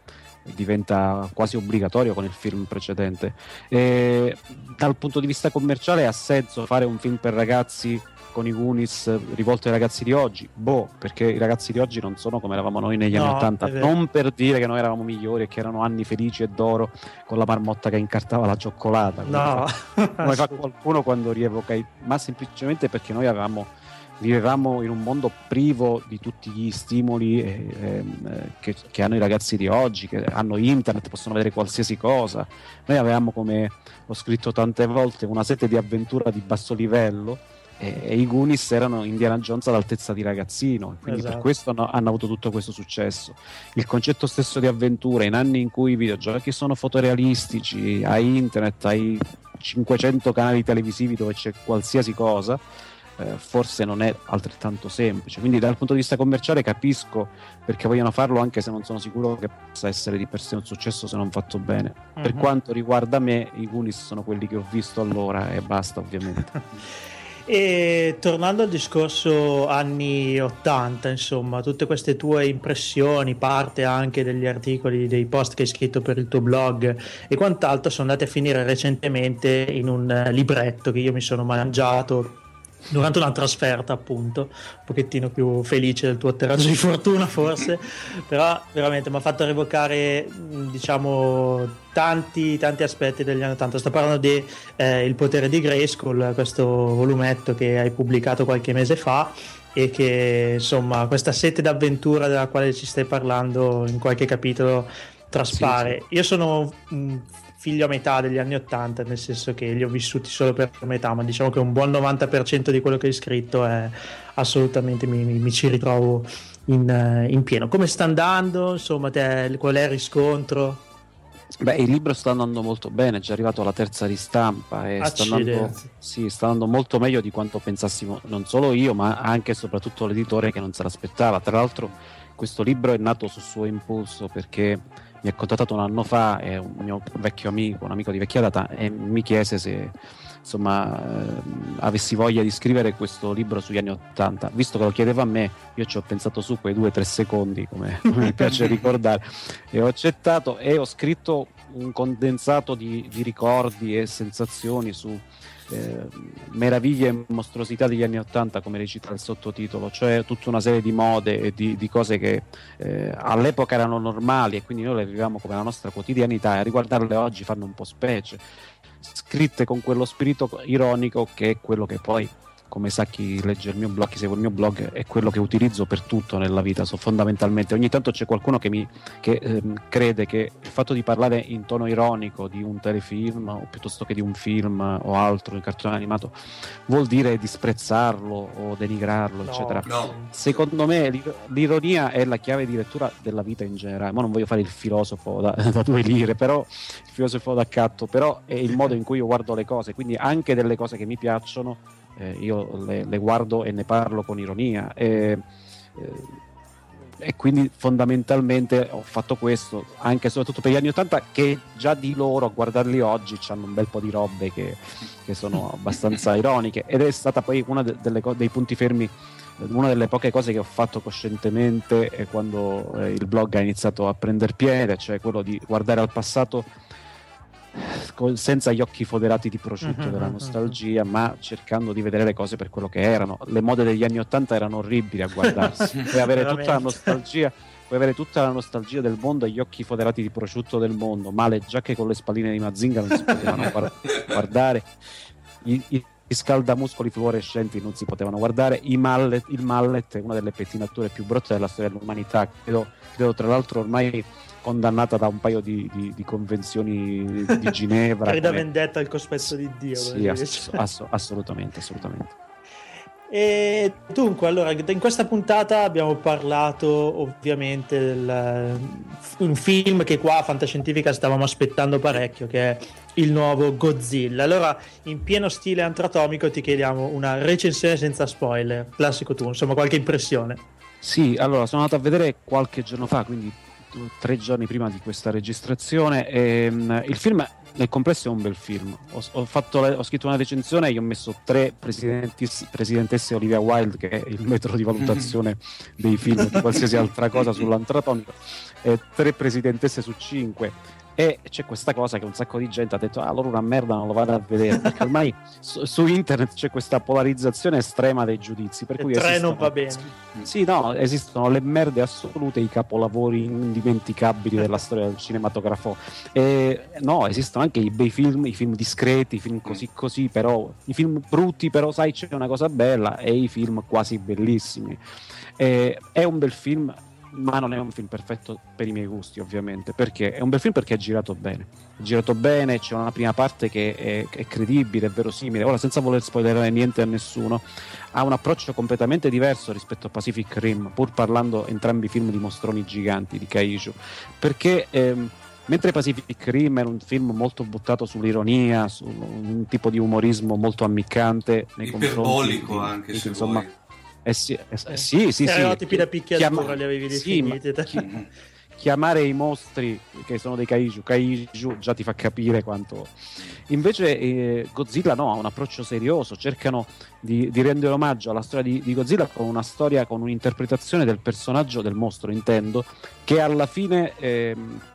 diventa quasi obbligatorio con il film precedente. E dal punto di vista commerciale ha senso fare un film per ragazzi con i Goonies rivolto ai ragazzi di oggi? Boh, perché i ragazzi di oggi non sono come eravamo noi negli no, anni ottanta, non per dire che noi eravamo migliori e che erano anni felici e d'oro con la marmotta che incartava la cioccolata, come, no. fa, come fa qualcuno quando rievoca i... ma semplicemente perché noi avevamo vivevamo in un mondo privo di tutti gli stimoli eh, eh, che, che hanno i ragazzi di oggi, che hanno internet, possono vedere qualsiasi cosa. Noi avevamo, come ho scritto tante volte, una sete di avventura di basso livello, e, e i Goonies erano Indiana Jones all'altezza di ragazzino, quindi esatto. Per questo no, hanno avuto tutto questo successo. Il concetto stesso di avventura in anni in cui i videogiochi sono fotorealistici, hai internet, hai cinquecento canali televisivi dove c'è qualsiasi cosa, eh, forse non è altrettanto semplice. Quindi dal punto di vista commerciale capisco perché vogliono farlo, anche se non sono sicuro che possa essere di per sé un successo se non fatto bene. Uh-huh. Per quanto riguarda me, i Goonies sono quelli che ho visto allora e basta, ovviamente. E tornando al discorso anni ottanta, insomma, tutte queste tue impressioni, parte anche degli articoli, dei post che hai scritto per il tuo blog e quant'altro, sono andate a finire recentemente in un libretto che io mi sono mangiato durante una trasferta, appunto, un pochettino più felice del tuo atterraggio di fortuna forse, però veramente mi ha fatto revocare, diciamo, tanti tanti aspetti degli anni ottanta. Sto parlando di eh, Il potere di Grayskull, questo volumetto che hai pubblicato qualche mese fa e che, insomma, questa sete d'avventura della quale ci stai parlando in qualche capitolo traspare. Sì, sì. Io sono mh, figlio a metà degli anni ottanta, nel senso che li ho vissuti solo per metà, ma diciamo che un buon novanta per cento di quello che hai scritto è assolutamente, mi, mi, mi ci ritrovo in, in pieno. Come sta andando? Insomma, te, qual è il riscontro? Beh, il libro sta andando molto bene, è già arrivato alla terza ristampa e sta andando, sì, sta andando molto meglio di quanto pensassimo, non solo io, ma anche e soprattutto l'editore, che non se l'aspettava. Tra l'altro questo libro è nato su suo impulso, perché mi ha contattato un anno fa, è un mio vecchio amico, un amico di vecchia data, e mi chiese se, insomma, eh, avessi voglia di scrivere questo libro sugli anni ottanta. Visto che lo chiedeva a me, io ci ho pensato su quei due o tre secondi, come, come mi piace ricordare, e ho accettato e ho scritto un condensato di, di ricordi e sensazioni su eh, meraviglie e mostruosità degli anni ottanta, come recita il sottotitolo, cioè tutta una serie di mode e di, di cose che eh, all'epoca erano normali e quindi noi le vivevamo come la nostra quotidianità, e a riguardarle oggi fanno un po' specie, scritte con quello spirito ironico che è quello che poi, come sa chi legge il mio blog, chi segue il mio blog, è quello che utilizzo per tutto nella vita. So, fondamentalmente ogni tanto c'è qualcuno che mi che ehm, crede che il fatto di parlare in tono ironico di un telefilm o piuttosto che di un film o altro, un cartone animato, vuol dire disprezzarlo o denigrarlo, no, eccetera. No. Secondo me l'ir- l'ironia è la chiave di lettura della vita in generale. Ma non voglio fare il filosofo da, da due lire, però il filosofo d'accatto, però è il modo in cui io guardo le cose, quindi anche delle cose che mi piacciono Eh, io le, le guardo e ne parlo con ironia, e, eh, e quindi fondamentalmente ho fatto questo anche e soprattutto per gli anni ottanta, che già di loro, a guardarli oggi, hanno un bel po' di robe che, che sono abbastanza ironiche, ed è stata poi una de- delle co- dei punti fermi, una delle poche cose che ho fatto coscientemente eh, quando eh, il blog ha iniziato a prendere piede, cioè quello di guardare al passato senza gli occhi foderati di prosciutto uh-huh, della nostalgia, uh-huh. ma cercando di vedere le cose per quello che erano. Le mode degli anni ottanta erano orribili a guardarsi, puoi avere tutta la nostalgia puoi avere tutta la nostalgia del mondo e gli occhi foderati di prosciutto del mondo, ma le giacche con le spalline di Mazinga non si potevano guardare, i, i scaldamuscoli fluorescenti non si potevano guardare, i mallet, il mallet è una delle pettinature più brutte della storia dell'umanità, credo, credo tra l'altro ormai condannata da un paio di, di, di convenzioni di Ginevra. Creda come... vendetta al cospetto di Dio. Sì, ass- ass- assolutamente, assolutamente. E dunque, allora, in questa puntata abbiamo parlato ovviamente del un film che qua a Fantascientifica stavamo aspettando parecchio, che è il nuovo Godzilla. Allora, in pieno stile antroatomico ti chiediamo una recensione senza spoiler, classico tu, insomma, qualche impressione. Sì, allora, sono andato a vedere qualche giorno fa, quindi tre giorni prima di questa registrazione, e, um, il film nel complesso è un bel film. Ho, ho, fatto, ho scritto una recensione e gli ho messo tre presidentesse Olivia Wilde, che è il metro di valutazione dei film di qualsiasi altra cosa sull'antroatomico, e tre presidentesse su cinque. E c'è questa cosa che un sacco di gente ha detto: ah, allora una merda, non lo vado a vedere, perché ormai su, su internet c'è questa polarizzazione estrema dei giudizi, per cui tre non va bene. Sì, no, esistono le merde assolute, i capolavori indimenticabili della storia del cinematografo, e no, esistono anche i bei film, i film discreti, i film così così, però i film brutti, però sai c'è una cosa bella, e i film quasi bellissimi. E, è un bel film, ma non è un film perfetto per i miei gusti, ovviamente, perché è un bel film perché è girato bene è girato bene, c'è una prima parte che è, è credibile, è verosimile. Ora, senza voler spoilerare niente a nessuno, ha un approccio completamente diverso rispetto a Pacific Rim, pur parlando entrambi film di mostroni giganti, di kaiju, perché ehm, mentre Pacific Rim era un film molto buttato sull'ironia, su un tipo di umorismo molto ammiccante nei iperbolico confronti, anche, se insomma, vuoi. Eh sì, eh, eh, sì, sì, stereotipi sì. da picchiaduro Chiama... li avevi sì, definiti. chi... chiamare i mostri che sono dei kaiju kaiju già ti fa capire quanto Invece eh, Godzilla no, ha un approccio serioso, cercano di, di rendere omaggio alla storia di, di Godzilla con una storia, con un'interpretazione del personaggio, del mostro intendo, che alla fine eh,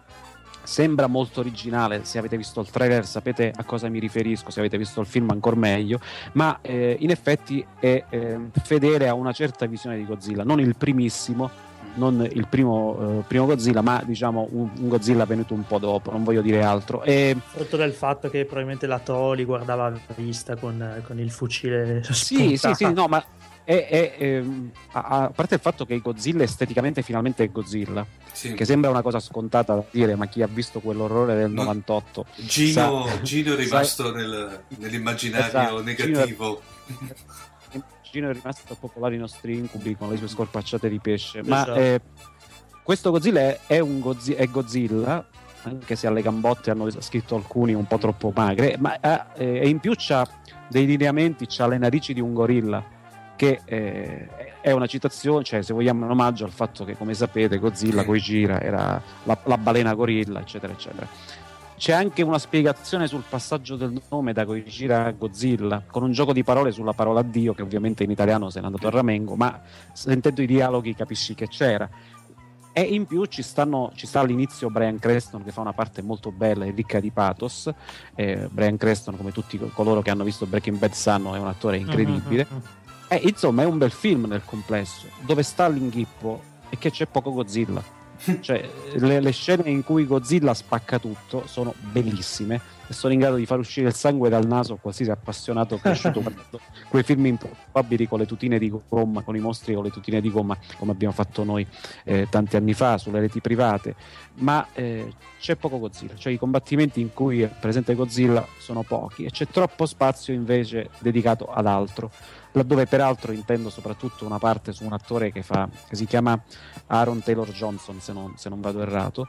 sembra molto originale. Se avete visto il trailer sapete a cosa mi riferisco, se avete visto il film ancor meglio, ma eh, in effetti è eh, fedele a una certa visione di Godzilla, non il primissimo, non il primo, eh, primo Godzilla, ma diciamo un, un Godzilla venuto un po' dopo, non voglio dire altro. E... frutto del fatto che probabilmente la Toei guardava a vista con, con il fucile spuntato. Sì, sì, sì, no, ma è, è, è, a, a parte il fatto che Godzilla esteticamente finalmente è Godzilla, sì, che sembra una cosa scontata da dire, ma chi ha visto quell'orrore del no, novantotto Gino, sa, Gino è rimasto sa, nel, nell'immaginario esatto, negativo. Gino, Gino è rimasto popolare i nostri incubi con le sue scorpacciate di pesce, esatto. ma eh, questo Godzilla è, è un Godzilla, è Godzilla, anche se alle gambotte hanno scritto alcuni un po' troppo magre, ma eh, e in più c'ha dei lineamenti, c'ha le narici di un gorilla, che eh, è una citazione, cioè se vogliamo un omaggio al fatto che, come sapete, Godzilla sì. Gojira era la, la balena gorilla, eccetera eccetera. C'è anche una spiegazione sul passaggio del nome da Gojira a Godzilla, con un gioco di parole sulla parola Dio, che ovviamente in italiano se n'è andato a ramengo, ma sentendo i dialoghi capisci che c'era. E in più ci, stanno, ci sta all'inizio Bryan Cranston, che fa una parte molto bella e ricca di pathos. eh, Bryan Cranston, come tutti coloro che hanno visto Breaking Bad sanno, è un attore incredibile. Mm-hmm. E insomma è un bel film nel complesso. Dove sta l'inghippo è che c'è poco Godzilla. Cioè le, le scene in cui Godzilla spacca tutto sono bellissime e sono in grado di far uscire il sangue dal naso a qualsiasi appassionato cresciuto guardando quei film improbabili con le tutine di gomma, con i mostri con le tutine di gomma, come abbiamo fatto noi eh, tanti anni fa sulle reti private. Ma eh, c'è poco Godzilla, cioè i combattimenti in cui è presente Godzilla sono pochi e c'è troppo spazio invece dedicato ad altro, laddove peraltro intendo soprattutto una parte su un attore che fa, che si chiama Aaron Taylor Johnson, se non, se non vado errato,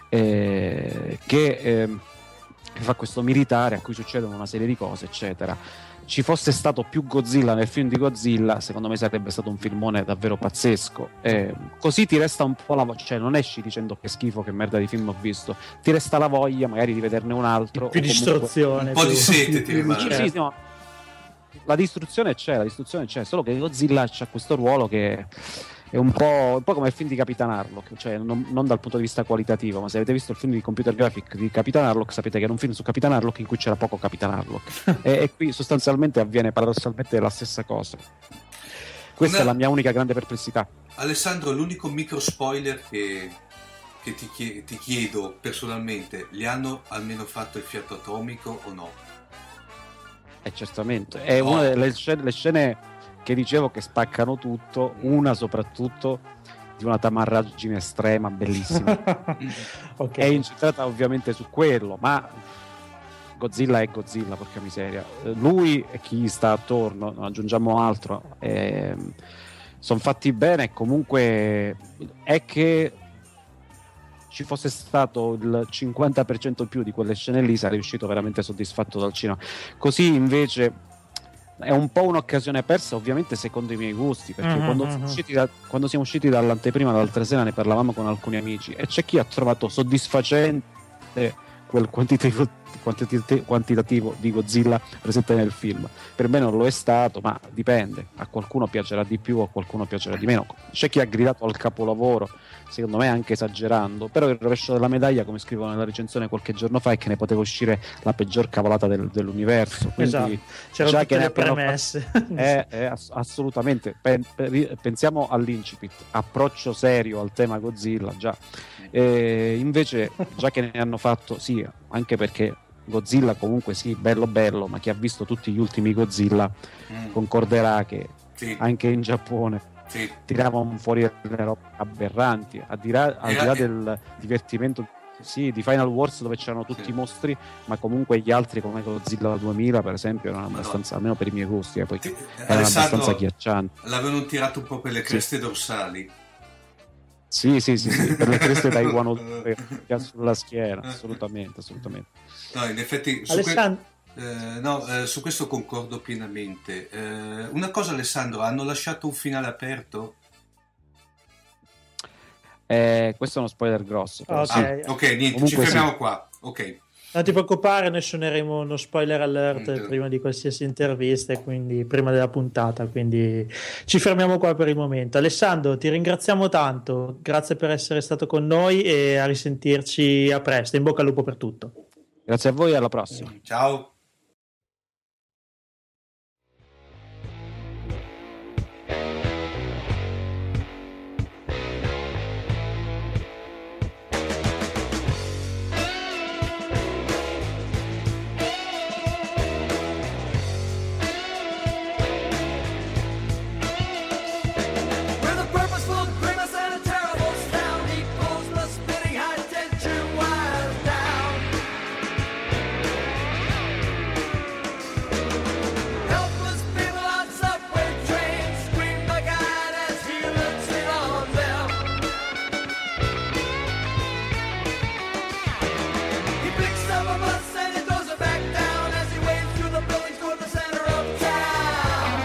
eh, che, eh, che fa questo militare a cui succedono una serie di cose, eccetera. Ci fosse stato più Godzilla nel film di Godzilla, secondo me sarebbe stato un filmone davvero pazzesco. Eh, così ti resta un po' la voglia, cioè non esci dicendo che schifo, che merda di film ho visto, ti resta la voglia magari di vederne un altro. Più distruzione. Un po' di sete ti rimane. Sì, sì, no. La distruzione c'è, la distruzione c'è, solo che Godzilla c'ha questo ruolo che è un po', un po' come il film di Capitan Harlock, cioè non, non dal punto di vista qualitativo, ma se avete visto il film di computer graphic di Capitan Harlock sapete che era un film su Capitan Harlock in cui c'era poco Capitan Harlock e, e qui sostanzialmente avviene paradossalmente la stessa cosa. Questa Una... è la mia unica grande perplessità. Alessandro, l'unico micro spoiler che, che ti, chiedo, ti chiedo personalmente, gli hanno almeno fatto il fiato atomico o no? Eh, certamente, è oh. una delle scene, le scene che dicevo che spaccano tutto, una soprattutto di una tamarraggine estrema, bellissima. Okay. È incentrata ovviamente su quello, ma Godzilla è Godzilla, porca miseria. Lui e chi sta attorno, non aggiungiamo altro, eh, sono fatti bene. Comunque è che ci fosse stato il cinquanta per cento più di quelle scene lì sarei uscito veramente soddisfatto dal cinema. Così invece è un po' un'occasione persa, ovviamente secondo i miei gusti, perché mm-hmm. quando, siamo usciti da, quando siamo usciti dall'anteprima l'altra sera ne parlavamo con alcuni amici e c'è chi ha trovato soddisfacente quel quantitativo, quantitativo, quantitativo di Godzilla presente nel film. Per me non lo è stato, ma dipende, a qualcuno piacerà di più, a qualcuno piacerà di meno. C'è chi ha gridato al capolavoro, secondo me anche esagerando, però il rovescio della medaglia, come scrivo nella recensione qualche giorno fa, è che ne poteva uscire la peggior cavolata del, dell'universo. Quindi, esatto, c'erano tutte le premesse. Fatto, è, è ass- assolutamente pen- pensiamo all'incipit, approccio serio al tema Godzilla, già. E invece già che ne hanno fatto, sì, anche perché Godzilla comunque sì, bello bello, ma chi ha visto tutti gli ultimi Godzilla mm. concorderà che sì. anche in Giappone sì. tiravano fuori delle robe aberranti, al di là, al di là del divertimento sì, di Final Wars, dove c'erano tutti sì. i mostri, ma comunque gli altri come Godzilla duemila per esempio erano abbastanza, no. almeno per i miei gusti, eh, poi sì. erano abbastanza agghiaccianti. L'avevano tirato un po' per le creste sì. dorsali. Sì, sì, sì, sì, per le creste Taiwan sulla schiena, assolutamente, assolutamente. No, in effetti su, Alessandro... que- eh, no, eh, su questo concordo pienamente. Eh, una cosa, Alessandro, hanno lasciato un finale aperto? Eh, questo è uno spoiler grosso. Okay. Ah, ok, niente, Comunque ci fermiamo sì. qua. Ok. Non ti preoccupare, noi suoneremo uno spoiler alert Mm. prima di qualsiasi intervista e quindi prima della puntata, quindi ci fermiamo qua per il momento. Alessandro, ti ringraziamo tanto, grazie per essere stato con noi e a risentirci a presto. In bocca al lupo per tutto. Grazie a voi e alla prossima. Ciao. With a purposeful grimace and a terrible sound, he pulls the spinning high tension wires down. Helpless people on subway trains scream like eyed as he looks in on them. He picks up a bus and he throws it back down as he waves through the buildings toward the center of town.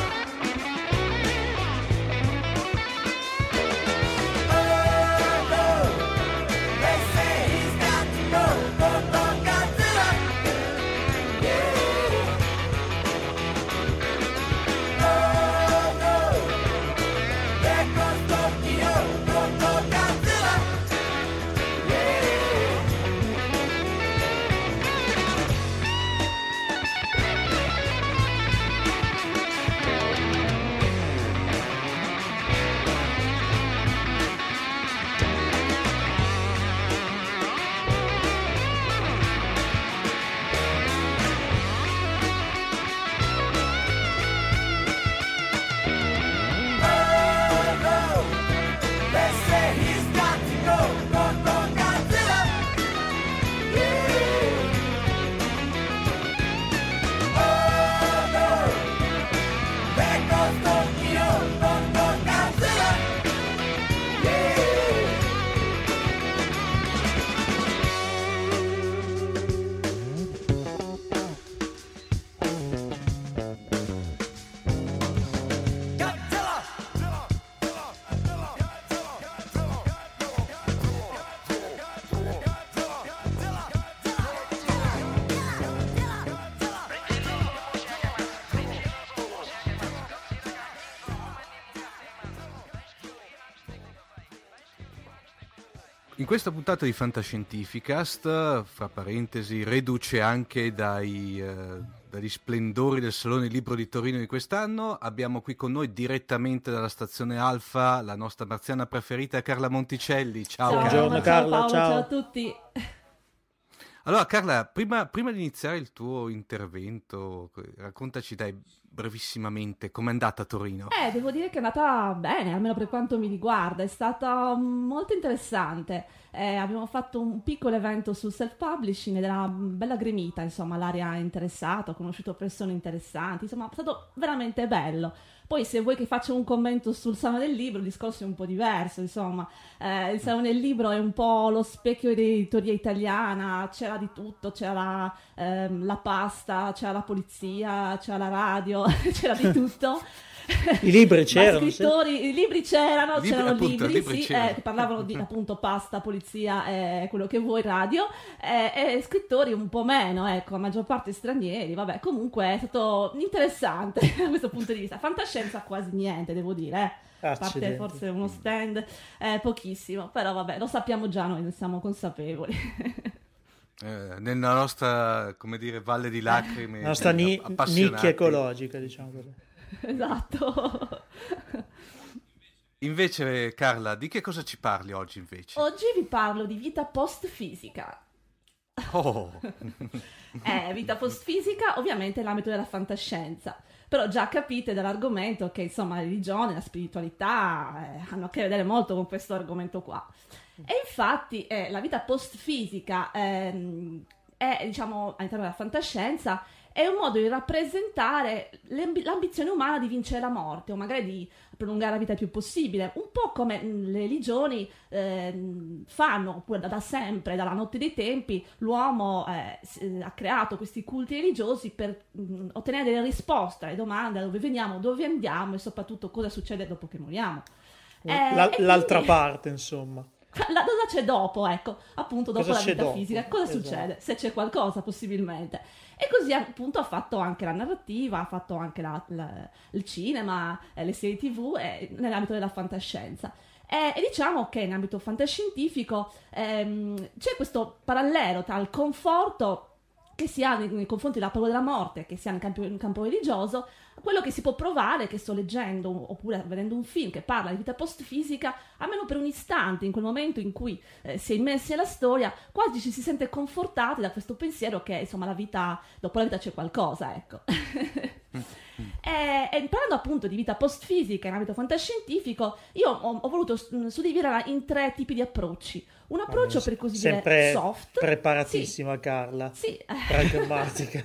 Oh no, they say he's got to go, go, go, Godzilla. Yeah. Oh no, there goes Tokyo, go, go, Godzilla. Yeah. Oh no, they say he's got to go, go, go, Godzilla. Yeah. Oh no, there goes Tokyo, go, go, Godzilla. Yeah. Godzilla. In questa puntata di Fantascientificast, fra parentesi, reduce anche dai, eh, dagli splendori del Salone Libro di Torino di quest'anno, abbiamo qui con noi direttamente dalla stazione Alfa la nostra marziana preferita Carla Monticelli. Ciao, Ciao. Carla. Buongiorno, Carla, Paolo, ciao. ciao a tutti. Allora Carla, prima, prima di iniziare il tuo intervento, raccontaci dai brevissimamente com'è andata a Torino. Eh, devo dire che è andata bene, almeno per quanto mi riguarda, è stata molto interessante. Eh, abbiamo fatto un piccolo evento sul self-publishing ed era bella gremita, insomma, l'area interessata, ho conosciuto persone interessanti, insomma, è stato veramente bello. Poi se vuoi che faccia un commento sul Salone del Libro, il discorso è un po' diverso, insomma. Eh, il Salone del Libro è un po' lo specchio dell'editoria italiana, c'era di tutto, c'era ehm, la pasta, c'era la polizia, c'era la radio, c'era di tutto. I libri Ma c'erano, scrittori, i libri c'erano, Libri, c'erano appunto, libri, libri sì, c'erano. eh, che parlavano di appunto pasta, polizia, eh, quello che vuoi, radio, eh, e scrittori un po' meno, ecco, la maggior parte stranieri, vabbè, comunque è stato interessante da questo punto di vista. Fantascienza quasi niente, devo dire, eh. A parte Accidenti. forse uno stand, eh, pochissimo, però vabbè, lo sappiamo già noi, ne siamo consapevoli. Eh, nella nostra, come dire, valle di lacrime, la nostra ni- appassionati. nicchia ecologica, diciamo così. Esatto. Invece Carla, di che cosa ci parli oggi invece? Oggi vi parlo di vita post-fisica. Oh. Eh, vita post-fisica, ovviamente l'ambito della fantascienza. Però già capite dall'argomento che, insomma, la religione, la spiritualità eh, hanno a che vedere molto con questo argomento qua. E infatti eh, la vita post-fisica ehm, è, diciamo, all'interno della fantascienza, è un modo di rappresentare l'ambi- l'ambizione umana di vincere la morte o magari di prolungare la vita il più possibile, un po' come mh, le religioni ehm, fanno pure da, da sempre, dalla notte dei tempi. L'uomo eh, s- eh, ha creato questi culti religiosi per mh, ottenere delle risposte alle domande: da dove veniamo, dove andiamo e soprattutto cosa succede dopo che moriamo. Eh, La- e l'altra quindi- parte, insomma. La, cosa c'è dopo, ecco, appunto dopo Cosa la c'è vita dopo? fisica, cosa Esatto. succede? Se c'è qualcosa possibilmente. E così appunto ha fatto anche la narrativa, ha fatto anche la- la- il cinema, eh, le serie tv eh, nell'ambito della fantascienza. E, e diciamo che in ambito fantascientifico ehm, c'è questo parallelo tra il conforto che si ha nei, nei confronti della paura della morte, che si ha in campo, in campo religioso, quello che si può provare, che sto leggendo oppure vedendo un film che parla di vita post-fisica, almeno per un istante, in quel momento in cui eh, si è immersi nella storia, quasi ci si sente confortati da questo pensiero che insomma la vita, dopo la vita c'è qualcosa, ecco. E, e parlando appunto di vita post-fisica in ambito fantascientifico, io ho, ho voluto s- suddividerla in tre tipi di approcci. Un approccio per così Sempre dire soft, preparatissima Carla, sì, pragmatica.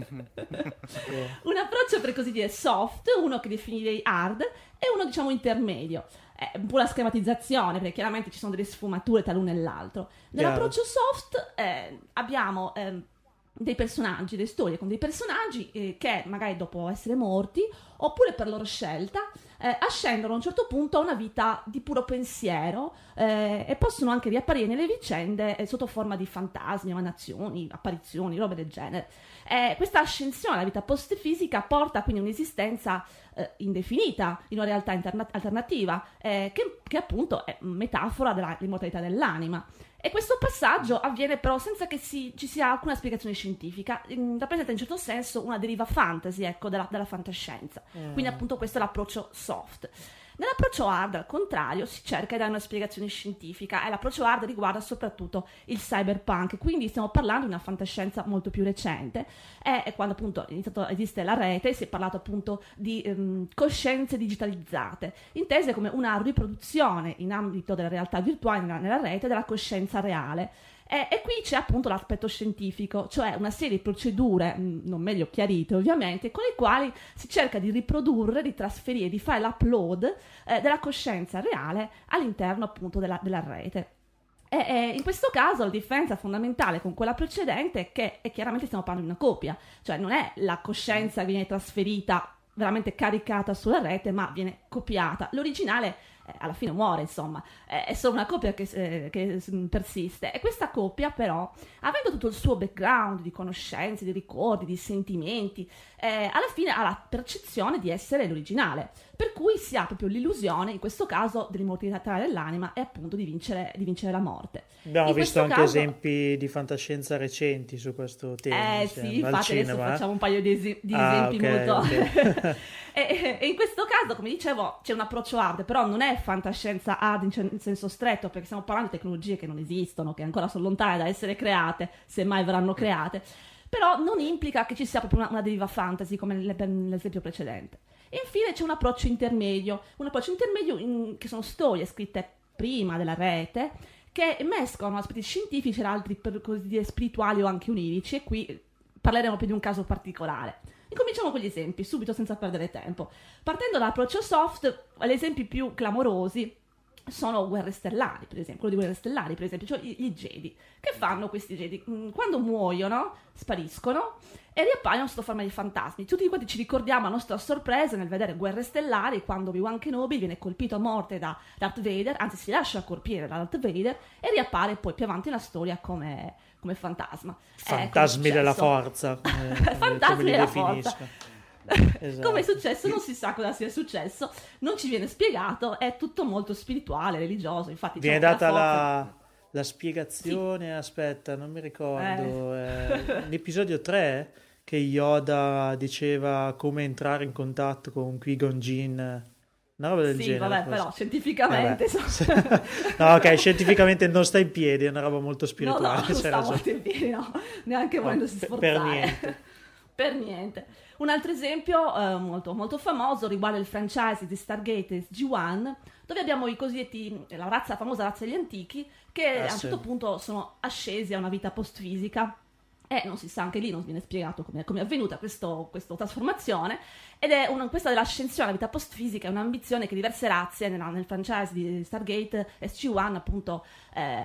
un approccio per così dire soft, uno che definirei hard e uno diciamo intermedio. È un po' la schematizzazione, perché chiaramente ci sono delle sfumature tra l'uno e l'altro. Nell'approccio soft eh, abbiamo eh, dei personaggi, delle storie con dei personaggi eh, che magari dopo essere morti, oppure per loro scelta, eh, ascendono a un certo punto a una vita di puro pensiero eh, e possono anche riapparire nelle vicende eh, sotto forma di fantasmi, emanazioni, apparizioni, robe del genere. Eh, questa ascensione alla vita post-fisica porta quindi un'esistenza eh, indefinita in una realtà interna- alternativa eh, che, che appunto è metafora dell'immortalità dell'anima. E questo passaggio avviene però senza che si, ci sia alcuna spiegazione scientifica, in- rappresenta in certo senso una deriva fantasy, ecco, della, della fantascienza. Mm. Quindi appunto questo è l'approccio soft. Nell'approccio hard, al contrario, si cerca di dare una spiegazione scientifica e l'approccio hard riguarda soprattutto il cyberpunk, quindi stiamo parlando di una fantascienza molto più recente, e, e quando appunto è iniziato, esiste la rete, si è parlato appunto di ehm, coscienze digitalizzate, intese come una riproduzione in ambito della realtà virtuale nella, nella rete della coscienza reale. E, e qui c'è appunto l'aspetto scientifico, cioè una serie di procedure, mh, non meglio chiarite ovviamente, con le quali si cerca di riprodurre, di trasferire, di fare l'upload eh, della coscienza reale all'interno appunto della, della rete. E, e in questo caso la differenza fondamentale con quella precedente è che è chiaramente stiamo parlando di una copia, cioè non è la coscienza che viene trasferita, veramente caricata sulla rete, ma viene copiata. L'originale eh, alla fine muore, insomma, eh, è solo una copia che, eh, che mm, persiste. E questa copia però, avendo tutto il suo background di conoscenze, di ricordi, di sentimenti, eh, alla fine ha la percezione di essere l'originale, per cui si ha proprio l'illusione, in questo caso, dell'immortalità dell'anima e appunto di vincere, di vincere la morte. Abbiamo In visto questo anche caso- esempi di fantascienza recenti su questo tema. Eh mi sì, sembra, al infatti adesso cinema, eh. facciamo un paio di, esi- di Ah, esempi ok, molto... ok. e, e in questo caso, come dicevo, c'è un approccio hard, però non è fantascienza hard in, cen- in senso stretto, perché stiamo parlando di tecnologie che non esistono, che ancora sono lontane da essere create, se mai verranno create, però non implica che ci sia proprio una, una deriva fantasy come nelle- nell'esempio precedente. E infine c'è un approccio intermedio, un approccio intermedio in- che sono storie scritte prima della rete, che mescolano aspetti scientifici e altri per così dire spirituali o anche onirici, e qui parleremo più di un caso particolare. Incominciamo con gli esempi, subito senza perdere tempo. Partendo dall'approccio soft, gli esempi più clamorosi sono Guerre Stellari, per esempio, quello di Guerre Stellari, per esempio, cioè gli Jedi. Che fanno questi Jedi? Mm, Quando muoiono, spariscono e riappaiono sotto forma di fantasmi. Tutti quanti ci ricordiamo a nostra sorpresa nel vedere Guerre Stellari, quando Obi-Wan Kenobi viene colpito a morte da Darth Vader, anzi si lascia colpire da Darth Vader e riappare poi più avanti nella storia come, come fantasma. Fantasmi Eh, come è della successo? forza, come, come Fantasmi li della definisco. forza. Esatto. Come è successo non si sa cosa sia successo, non ci viene spiegato, è tutto molto spirituale, religioso, infatti Viene diciamo, data forza- la, la spiegazione, aspetta, non mi ricordo, eh, l'episodio tre che Yoda diceva come entrare in contatto con Qui-Gon Jinn, una roba del sì, genere. vabbè, forse. però scientificamente Vabbè. insomma- No, ok, scientificamente non sta in piedi, è una roba molto no, spirituale. no, non c'hai sta ragione. molto in piedi, no, neanche No, volendosi per- sforzare. per niente. Per niente. Un altro esempio eh, molto, molto famoso riguarda il franchise di Stargate G uno, dove abbiamo i cosiddetti, la razza, la famosa razza degli antichi, che Ah, a un sì. certo punto sono ascesi a una vita post-fisica. E non si sa, anche lì non viene spiegato come come è avvenuta questo- questa trasformazione, ed è una, questa dell'ascensione alla vita post-fisica è un'ambizione che diverse razze nella- nel franchise di Stargate S G uno appunto eh,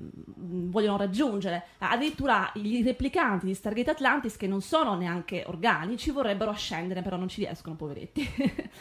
mh, vogliono raggiungere. Addirittura i replicanti di Stargate Atlantis, che non sono neanche organici, vorrebbero ascendere, però non ci riescono, poveretti.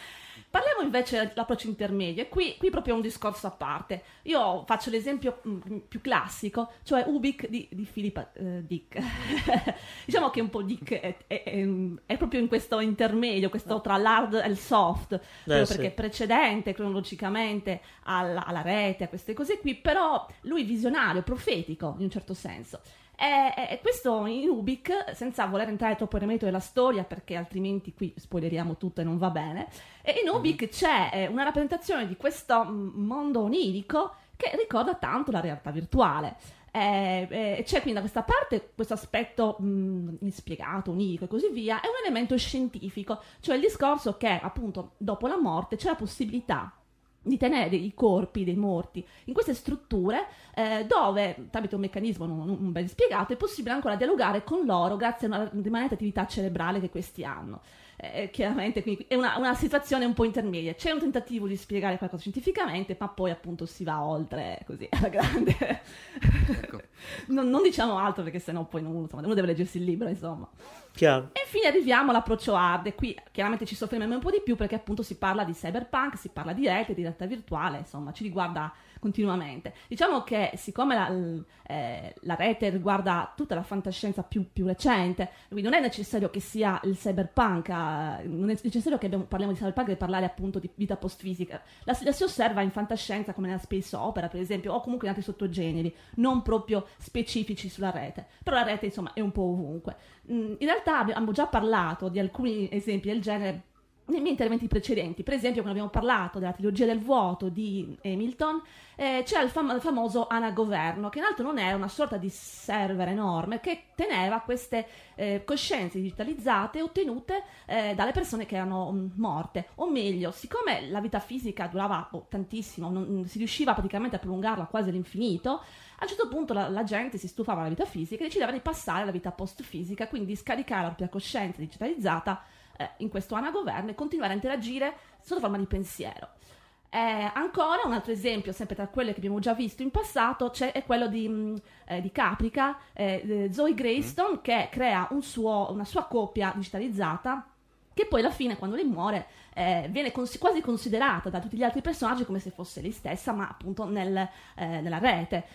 Parliamo invece dell'approccio intermedio, e qui, qui proprio è un discorso a parte. Io faccio l'esempio mh, più classico, cioè Ubik di, di Philip eh, Dick. Diciamo che un po' Dick è, è, è, è proprio in questo intermedio, questo tra l'hard e il soft, Eh, proprio sì. perché è precedente cronologicamente alla, alla rete, a queste cose qui, però lui visionario, profetico in un certo senso. E, e questo in Ubik, senza voler entrare troppo nel merito della storia, perché altrimenti qui spoileriamo tutto e non va bene, e in Ubik c'è eh, una rappresentazione di questo mm, mondo onirico che ricorda tanto la realtà virtuale. Eh, eh, c'è quindi da questa parte questo aspetto mh, inspiegato, onirico e così via, è un elemento scientifico, cioè il discorso che appunto dopo la morte c'è la possibilità di tenere i corpi dei morti in queste strutture eh, dove, tramite un meccanismo non, non ben spiegato, è possibile ancora dialogare con loro grazie a una rimanente attività cerebrale che questi hanno. Eh, chiaramente quindi è una, una situazione un po' intermedia, c'è un tentativo di spiegare qualcosa scientificamente, ma poi appunto si va oltre così alla grande. Ecco. non, non diciamo altro perché sennò poi non, insomma, uno deve leggersi il libro, insomma. Chiaro. E infine arriviamo all'approccio hard, e qui chiaramente ci soffermiamo un po' di più perché appunto si parla di cyberpunk, si parla di rete, di realtà virtuale, insomma ci riguarda continuamente. Diciamo che siccome la, l- eh, la rete riguarda tutta la fantascienza più, più recente, quindi non è necessario che sia il cyberpunk, eh, non è necessario che abbiamo, parliamo di cyberpunk per parlare appunto di vita post-fisica, la, la si osserva in fantascienza come nella space opera per esempio, o comunque in altri sottogeneri, non proprio specifici sulla rete, però la rete insomma è un po' ovunque. Mm, in realtà abbiamo già parlato di alcuni esempi del genere nei miei interventi precedenti. Per esempio, quando abbiamo parlato della trilogia del vuoto di Hamilton, eh, c'era il, fam- il famoso Anagoverno, che in altro non era una sorta di server enorme che teneva queste eh, coscienze digitalizzate ottenute eh, dalle persone che erano mh, morte. O meglio, siccome la vita fisica durava oh, tantissimo, non, si riusciva praticamente a prolungarla quasi all'infinito, a un certo punto la, la gente si stufava della vita fisica e decideva di passare alla vita post-fisica, quindi di scaricare la propria coscienza digitalizzata eh, in questo anagoverno e continuare a interagire sotto forma di pensiero. Eh, ancora un altro esempio, sempre tra quelle che abbiamo già visto in passato, c'è, è quello di, mh, eh, di Caprica, eh, Zoe Grayston, mm. che crea un suo, una sua copia digitalizzata che poi alla fine, quando lei muore, eh, viene cons- quasi considerata da tutti gli altri personaggi come se fosse lei stessa, ma appunto nel, eh, nella rete.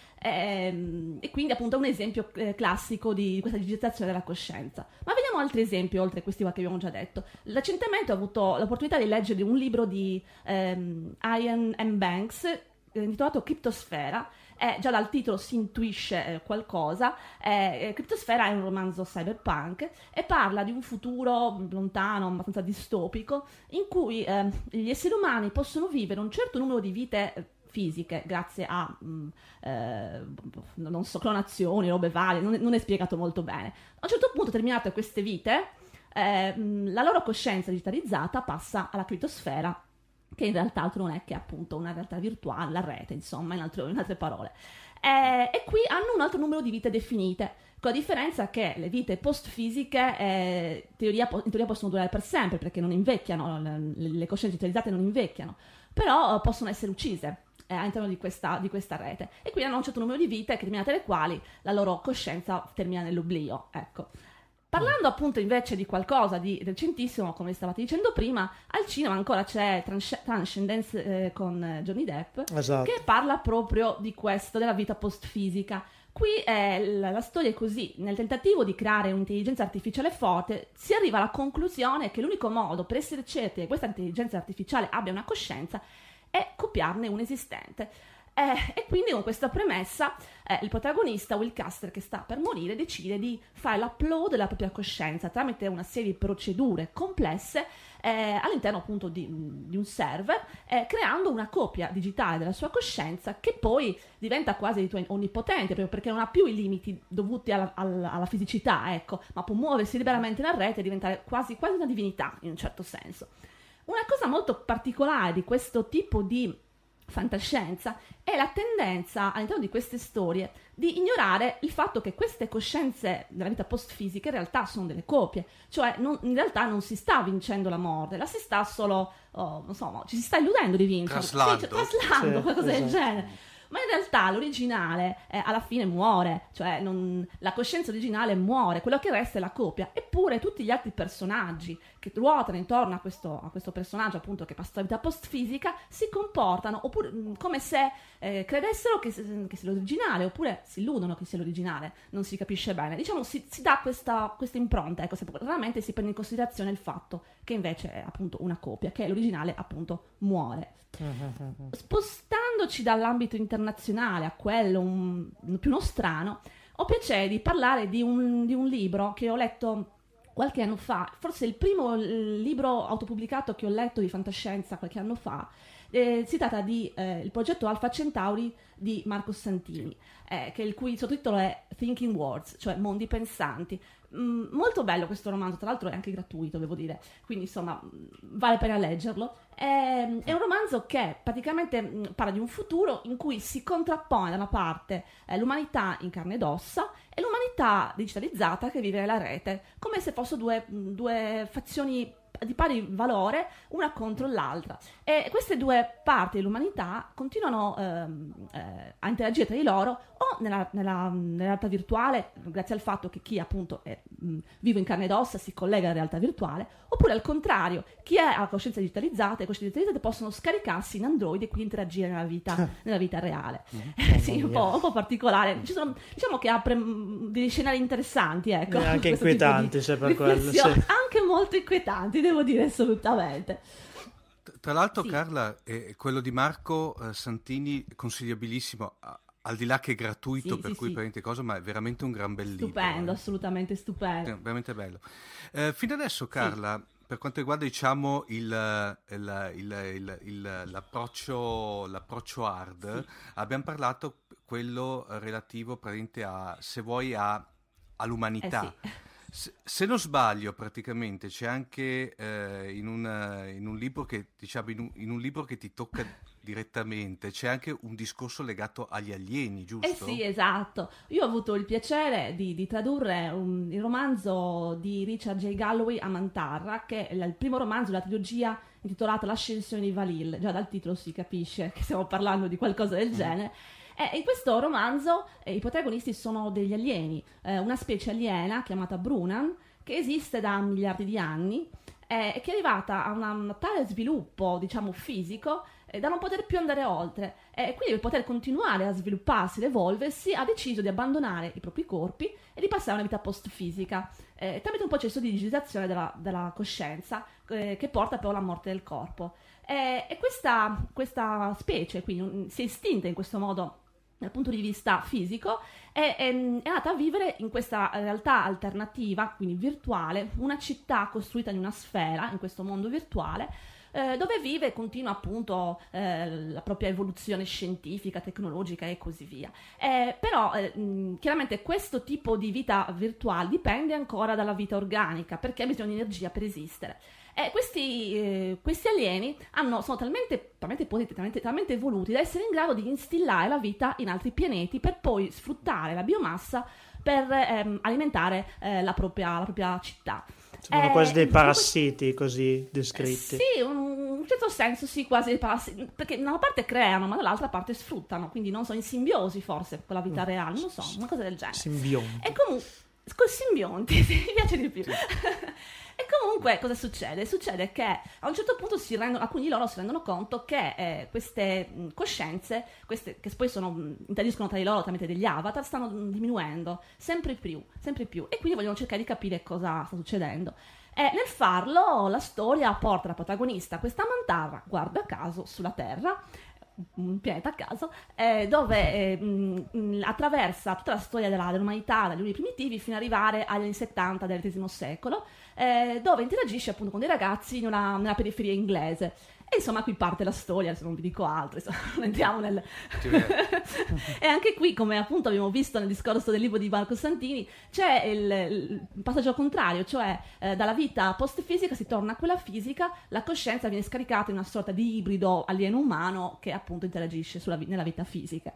E, e quindi appunto è un esempio eh, classico di questa digitalizzazione della coscienza. Ma vediamo altri esempi, oltre a questi qua che abbiamo già detto. Recentemente ho avuto l'opportunità di leggere un libro di ehm, Ian M. Banks, eh, intitolato Criptosfera. Eh, già dal titolo si intuisce eh, qualcosa. eh, Criptosfera è un romanzo cyberpunk e parla di un futuro lontano, abbastanza distopico, in cui eh, gli esseri umani possono vivere un certo numero di vite eh, fisiche grazie a mh, eh, non so, clonazioni, robe varie, non è, non è spiegato molto bene. A un certo punto, terminate queste vite, eh, mh, la loro coscienza digitalizzata passa alla criptosfera, che in realtà altro non è che appunto una realtà virtuale, la rete, insomma, in, altro, in altre parole. Eh, e qui hanno un altro numero di vite definite, con la differenza che le vite post-fisiche eh, teoria, in teoria possono durare per sempre, perché non invecchiano, le, le coscienze digitalizzate non invecchiano, però eh, possono essere uccise eh, all'interno di questa, di questa rete. E quindi hanno un certo numero di vite, determinate le quali la loro coscienza termina nell'oblio, ecco. Parlando appunto invece di qualcosa di recentissimo, come stavate dicendo prima, al cinema ancora c'è Trans- Transcendence eh, con Johnny Depp, Esatto. che parla proprio di questo, della vita post-fisica. Qui eh, la, la storia è così: nel tentativo di creare un'intelligenza artificiale forte, si arriva alla conclusione che l'unico modo per essere certi che questa intelligenza artificiale abbia una coscienza è copiarne un'esistente. Eh, e quindi con questa premessa eh, il protagonista Will Custer, che sta per morire, decide di fare l'upload della propria coscienza tramite una serie di procedure complesse eh, all'interno appunto di, di un server, eh, creando una copia digitale della sua coscienza che poi diventa quasi onnipotente, proprio perché non ha più i limiti dovuti alla, alla, alla fisicità, ecco, ma può muoversi liberamente nella rete e diventare quasi, quasi una divinità in un certo senso. Una cosa molto particolare di questo tipo di fantascienza è la tendenza all'interno di queste storie di ignorare il fatto che queste coscienze della vita post-fisica in realtà sono delle copie, cioè non, in realtà non si sta vincendo la morte, la si sta solo, oh, non so, ci si sta illudendo di vincere, traslando, sì, cioè, traslando Sì, qualcosa del esatto. genere. ma in realtà l'originale eh, alla fine muore, cioè non, la coscienza originale muore, quello che resta è la copia. Eppure tutti gli altri personaggi che ruotano intorno a questo, a questo personaggio appunto che passa la vita post-fisica si comportano oppure mh, come se eh, credessero che, che sia l'originale, oppure si illudono che sia l'originale, non si capisce bene. Diciamo si, si dà questa, questa impronta, ecco, se, raramente si prende in considerazione il fatto che invece è appunto una copia, che l'originale appunto muore. Spostandoci dall'ambito internazionale a quello un, più nostrano, ho piacere di parlare di un, di un libro che ho letto qualche anno fa, forse il primo libro autopubblicato che ho letto di fantascienza qualche anno fa. Eh, si tratta di eh, il progetto Alpha Centauri di Marco Santini, eh, che il cui sottotitolo è Thinking Worlds, cioè mondi pensanti. Mm, molto bello questo romanzo, tra l'altro è anche gratuito, devo dire, quindi insomma vale la pena leggerlo. È, è un romanzo che praticamente mh, parla di un futuro in cui si contrappone da una parte eh, l'umanità in carne ed ossa e l'umanità digitalizzata che vive nella rete, come se fossero due, due fazioni di pari valore una contro l'altra, e queste due parti dell'umanità continuano ehm, eh, a interagire tra di loro o nella, nella, nella realtà virtuale, grazie al fatto che chi appunto è mh, vive in carne ed ossa si collega alla realtà virtuale, oppure al contrario, chi ha la coscienza digitalizzata e coscienze digitalizzate possono scaricarsi in Android e quindi interagire nella vita, nella vita reale. Mm-hmm. Sì, un po', un po' particolare. Ci sono, diciamo che apre mh, degli scenari interessanti, ecco. E anche questo tipo inquietanti, di se per quello, riflessioni. sì. Anche molto inquietanti, devo dire, assolutamente. Tra l'altro, Sì. Carla, eh, quello di Marco eh, Santini consigliabilissimo, a- al di là che è gratuito, Sì, per sì, cui sì. veramente cosa, ma è veramente un gran bel libro. Stupendo, eh. assolutamente stupendo. È veramente bello. Eh, fino adesso, Carla, per quanto riguarda diciamo il, il- il- il- il- l'approccio, l'approccio hard, abbiamo parlato quello relativo praticamente a, se vuoi, a, all'umanità. Eh sì. Se, se non sbaglio, praticamente c'è anche eh, in, un, in un libro che diciamo in un, in un libro che ti tocca direttamente, c'è anche un discorso legato agli alieni, giusto? Eh sì, esatto. Io ho avuto il piacere di, di tradurre un- il romanzo di Richard J. Galloway a Mantarra, che è il primo romanzo della trilogia intitolata L'ascensione di Valil. Già dal titolo si capisce che stiamo parlando di qualcosa del genere. E in questo romanzo eh, i protagonisti sono degli alieni, eh, una specie aliena chiamata Brunan, che esiste da miliardi di anni eh, e che è arrivata a una- un tale sviluppo, diciamo, fisico eh, da non poter più andare oltre. E quindi per poter continuare a svilupparsi ed evolversi ha deciso di abbandonare i propri corpi e di passare a una vita post-fisica, eh, tramite un processo di digitalizzazione della, della coscienza eh, che porta però alla morte del corpo. E, e questa, questa specie quindi un- si è estinta in questo modo dal punto di vista fisico, è, è, è andata a vivere in questa realtà alternativa, quindi virtuale, una città costruita in una sfera, in questo mondo virtuale, eh, dove vive e continua appunto eh, la propria evoluzione scientifica, tecnologica e così via. Eh, però eh, mh, chiaramente questo tipo di vita virtuale dipende ancora dalla vita organica, perché ha bisogno di energia per esistere. E questi, eh, questi alieni hanno, sono talmente, talmente potenti, talmente, talmente evoluti da essere in grado di instillare la vita in altri pianeti per poi sfruttare la biomassa per ehm, alimentare eh, la, propria, la propria città. Sembrano Eh, quasi dei in parassiti così descritti. Sì, un, un certo senso sì, quasi dei parassiti, perché da una parte creano ma dall'altra parte sfruttano, quindi non so, in simbiosi forse con la vita reale, non lo so, una cosa del genere. Simbionti. E comunque, con simbionti, sì, mi piace di più. E comunque cosa succede? Succede che a un certo punto si rendono, alcuni di loro si rendono conto che eh, queste mh, coscienze, queste, che poi sono, mh, interagiscono tra di loro tramite degli avatar, stanno mh, diminuendo sempre più, sempre più, e quindi vogliono cercare di capire cosa sta succedendo. E nel farlo la storia porta la protagonista, questa Mantarra, guarda caso, sulla Terra, un pianeta a caso, eh, dove eh, mh, mh, attraversa tutta la storia della, dell'umanità, dagli uomini primitivi fino ad arrivare agli anni settanta del ventesimo secolo, eh, dove interagisce appunto con dei ragazzi in una, nella periferia inglese. E insomma qui parte la storia, se non vi dico altro, insomma, non entriamo nel... E anche qui, come appunto abbiamo visto nel discorso del libro di Marco Santini, c'è il, il passaggio contrario, cioè eh, dalla vita post-fisica si torna a quella fisica, la coscienza viene scaricata in una sorta di ibrido alieno-umano che appunto interagisce sulla vi- nella vita fisica.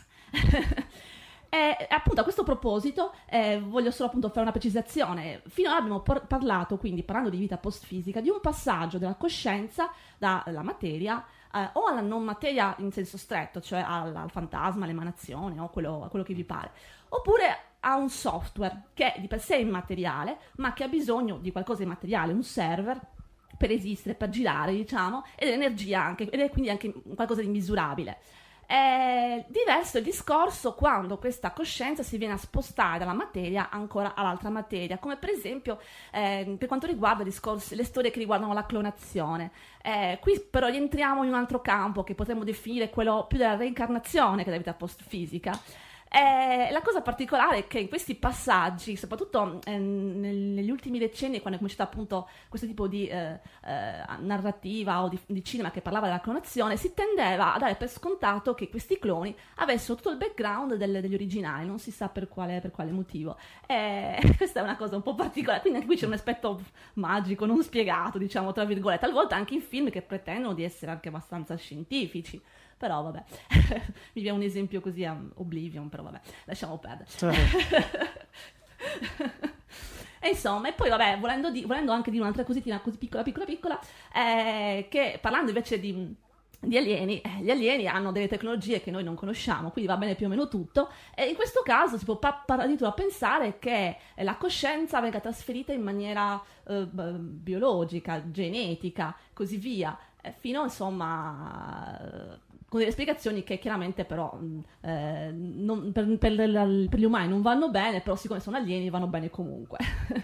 E appunto a questo proposito eh, voglio solo appunto fare una precisazione. Finora abbiamo por- parlato, quindi parlando di vita post-fisica, di un passaggio della coscienza dalla materia eh, o alla non materia in senso stretto, cioè al, al fantasma, all'emanazione o quello, quello che vi pare, oppure a un software che di per sé è immateriale, ma che ha bisogno di qualcosa di materiale, un server per esistere, per girare, diciamo, ed energia anche, ed è quindi anche qualcosa di misurabile. È diverso il discorso quando questa coscienza si viene a spostare dalla materia ancora all'altra materia, come per esempio eh, per quanto riguarda discorsi, le storie che riguardano la clonazione. Eh, qui però rientriamo in un altro campo che potremmo definire quello più della reincarnazione che della vita post-fisica. Eh, la cosa particolare è che in questi passaggi, soprattutto eh, negli ultimi decenni, quando è cominciato appunto questo tipo di eh, eh, narrativa o di, di cinema che parlava della clonazione, si tendeva a dare per scontato che questi cloni avessero tutto il background del, degli originali, non si sa per quale, per quale motivo. Eh, questa è una cosa un po' particolare, quindi anche qui c'è un aspetto magico, non spiegato, diciamo, tra virgolette, talvolta anche in film che pretendono di essere anche abbastanza scientifici. Però vabbè, mi viene un esempio così a Oblivion, però vabbè, lasciamo perdere. E insomma, e poi vabbè, volendo, di, volendo anche dire un'altra cositina così piccola, piccola, piccola, eh, che parlando invece di... di alieni, eh, gli alieni hanno delle tecnologie che noi non conosciamo, quindi va bene più o meno tutto, e in questo caso si può pa- addirittura pensare che eh, la coscienza venga trasferita in maniera eh, biologica, genetica, così via, eh, fino insomma eh, con delle spiegazioni che chiaramente però eh, non, per, per, per gli umani non vanno bene, però siccome sono alieni vanno bene comunque.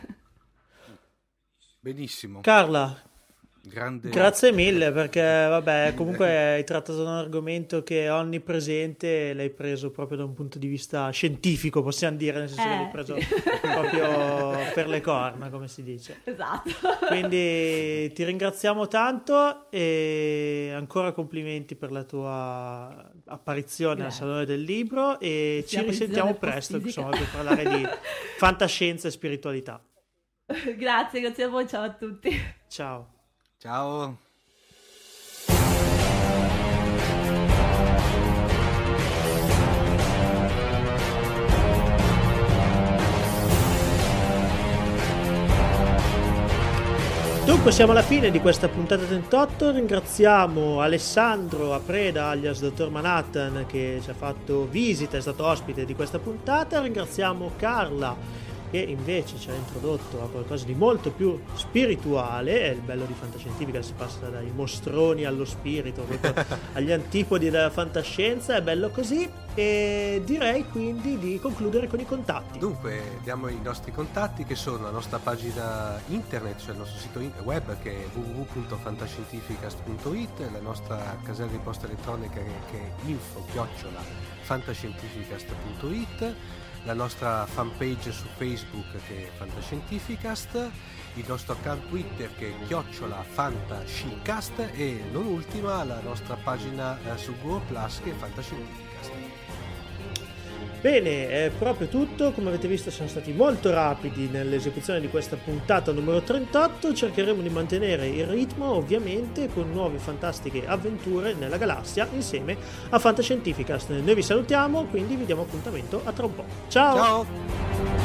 Benissimo. Carla, Grande... grazie mille, perché vabbè, comunque hai trattato un argomento che è onnipresente, l'hai preso proprio da un punto di vista scientifico, possiamo dire, nel senso eh, che l'hai preso sì. proprio per le corna, come si dice. Esatto. Quindi ti ringraziamo tanto e ancora complimenti per la tua apparizione Grazie. al Salone del Libro, e Sì, ci risentiamo presto, insomma, per parlare di fantascienza e spiritualità. Grazie, grazie a voi, ciao a tutti. Ciao. Ciao. Dunque siamo alla fine di questa puntata trentotto, ringraziamo Alessandro Apreda alias Dottor Manhattan che ci ha fatto visita, è stato ospite di questa puntata, ringraziamo Carla che invece ci ha introdotto a qualcosa di molto più spirituale. È il bello di Fantascientifica, si passa dai mostroni allo spirito, agli antipodi della fantascienza, è bello così, e direi quindi di concludere con i contatti. Dunque diamo i nostri contatti, che sono la nostra pagina internet, cioè il nostro sito web che è w w w punto fantascientificast punto it, la nostra casella di posta elettronica che è info chiocciola fantascientificast punto it, la nostra fanpage su Facebook che è Fantascientificast, il nostro account Twitter che è chiocciola fantascicast e non ultima la nostra pagina eh, su Google Plus che è Fantascientificast. Bene, è proprio tutto. Come avete visto siamo stati molto rapidi nell'esecuzione di questa puntata numero trentotto. Cercheremo di mantenere il ritmo, ovviamente, con nuove fantastiche avventure nella galassia insieme a Fantascientificast. Noi vi salutiamo, quindi vi diamo appuntamento a tra un po'. Ciao! Ciao!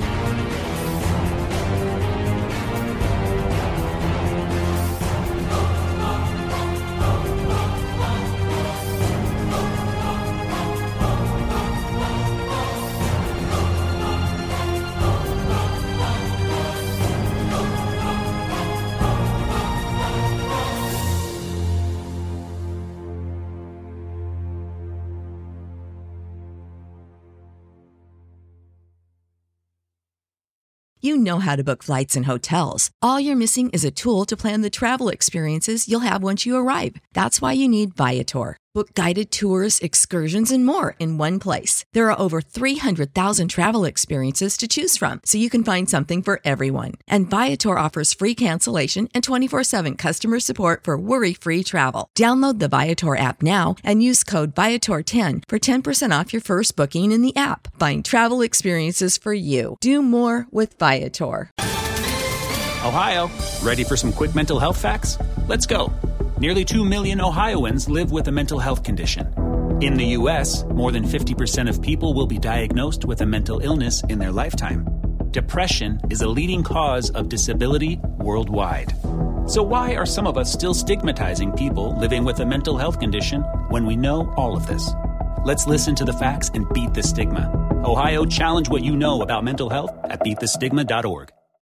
You know how to book flights and hotels. All you're missing is a tool to plan the travel experiences you'll have once you arrive. That's why you need Viator. Book guided tours, excursions, and more in one place. There are over three hundred thousand travel experiences to choose from, so you can find something for everyone. And Viator offers free cancellation and twenty-four seven customer support for worry-free travel. Download the Viator app now and use code Viator ten for ten percent off your first booking in the app. Find travel experiences for you. Do more with Viator. Ohio, ready for some quick mental health facts? Let's go. Nearly two million Ohioans live with a mental health condition. In the U S, more than fifty percent of people will be diagnosed with a mental illness in their lifetime. Depression is a leading cause of disability worldwide. So why are some of us still stigmatizing people living with a mental health condition when we know all of this? Let's listen to the facts and beat the stigma. Ohio, challenge what you know about mental health at beat the stigma dot org.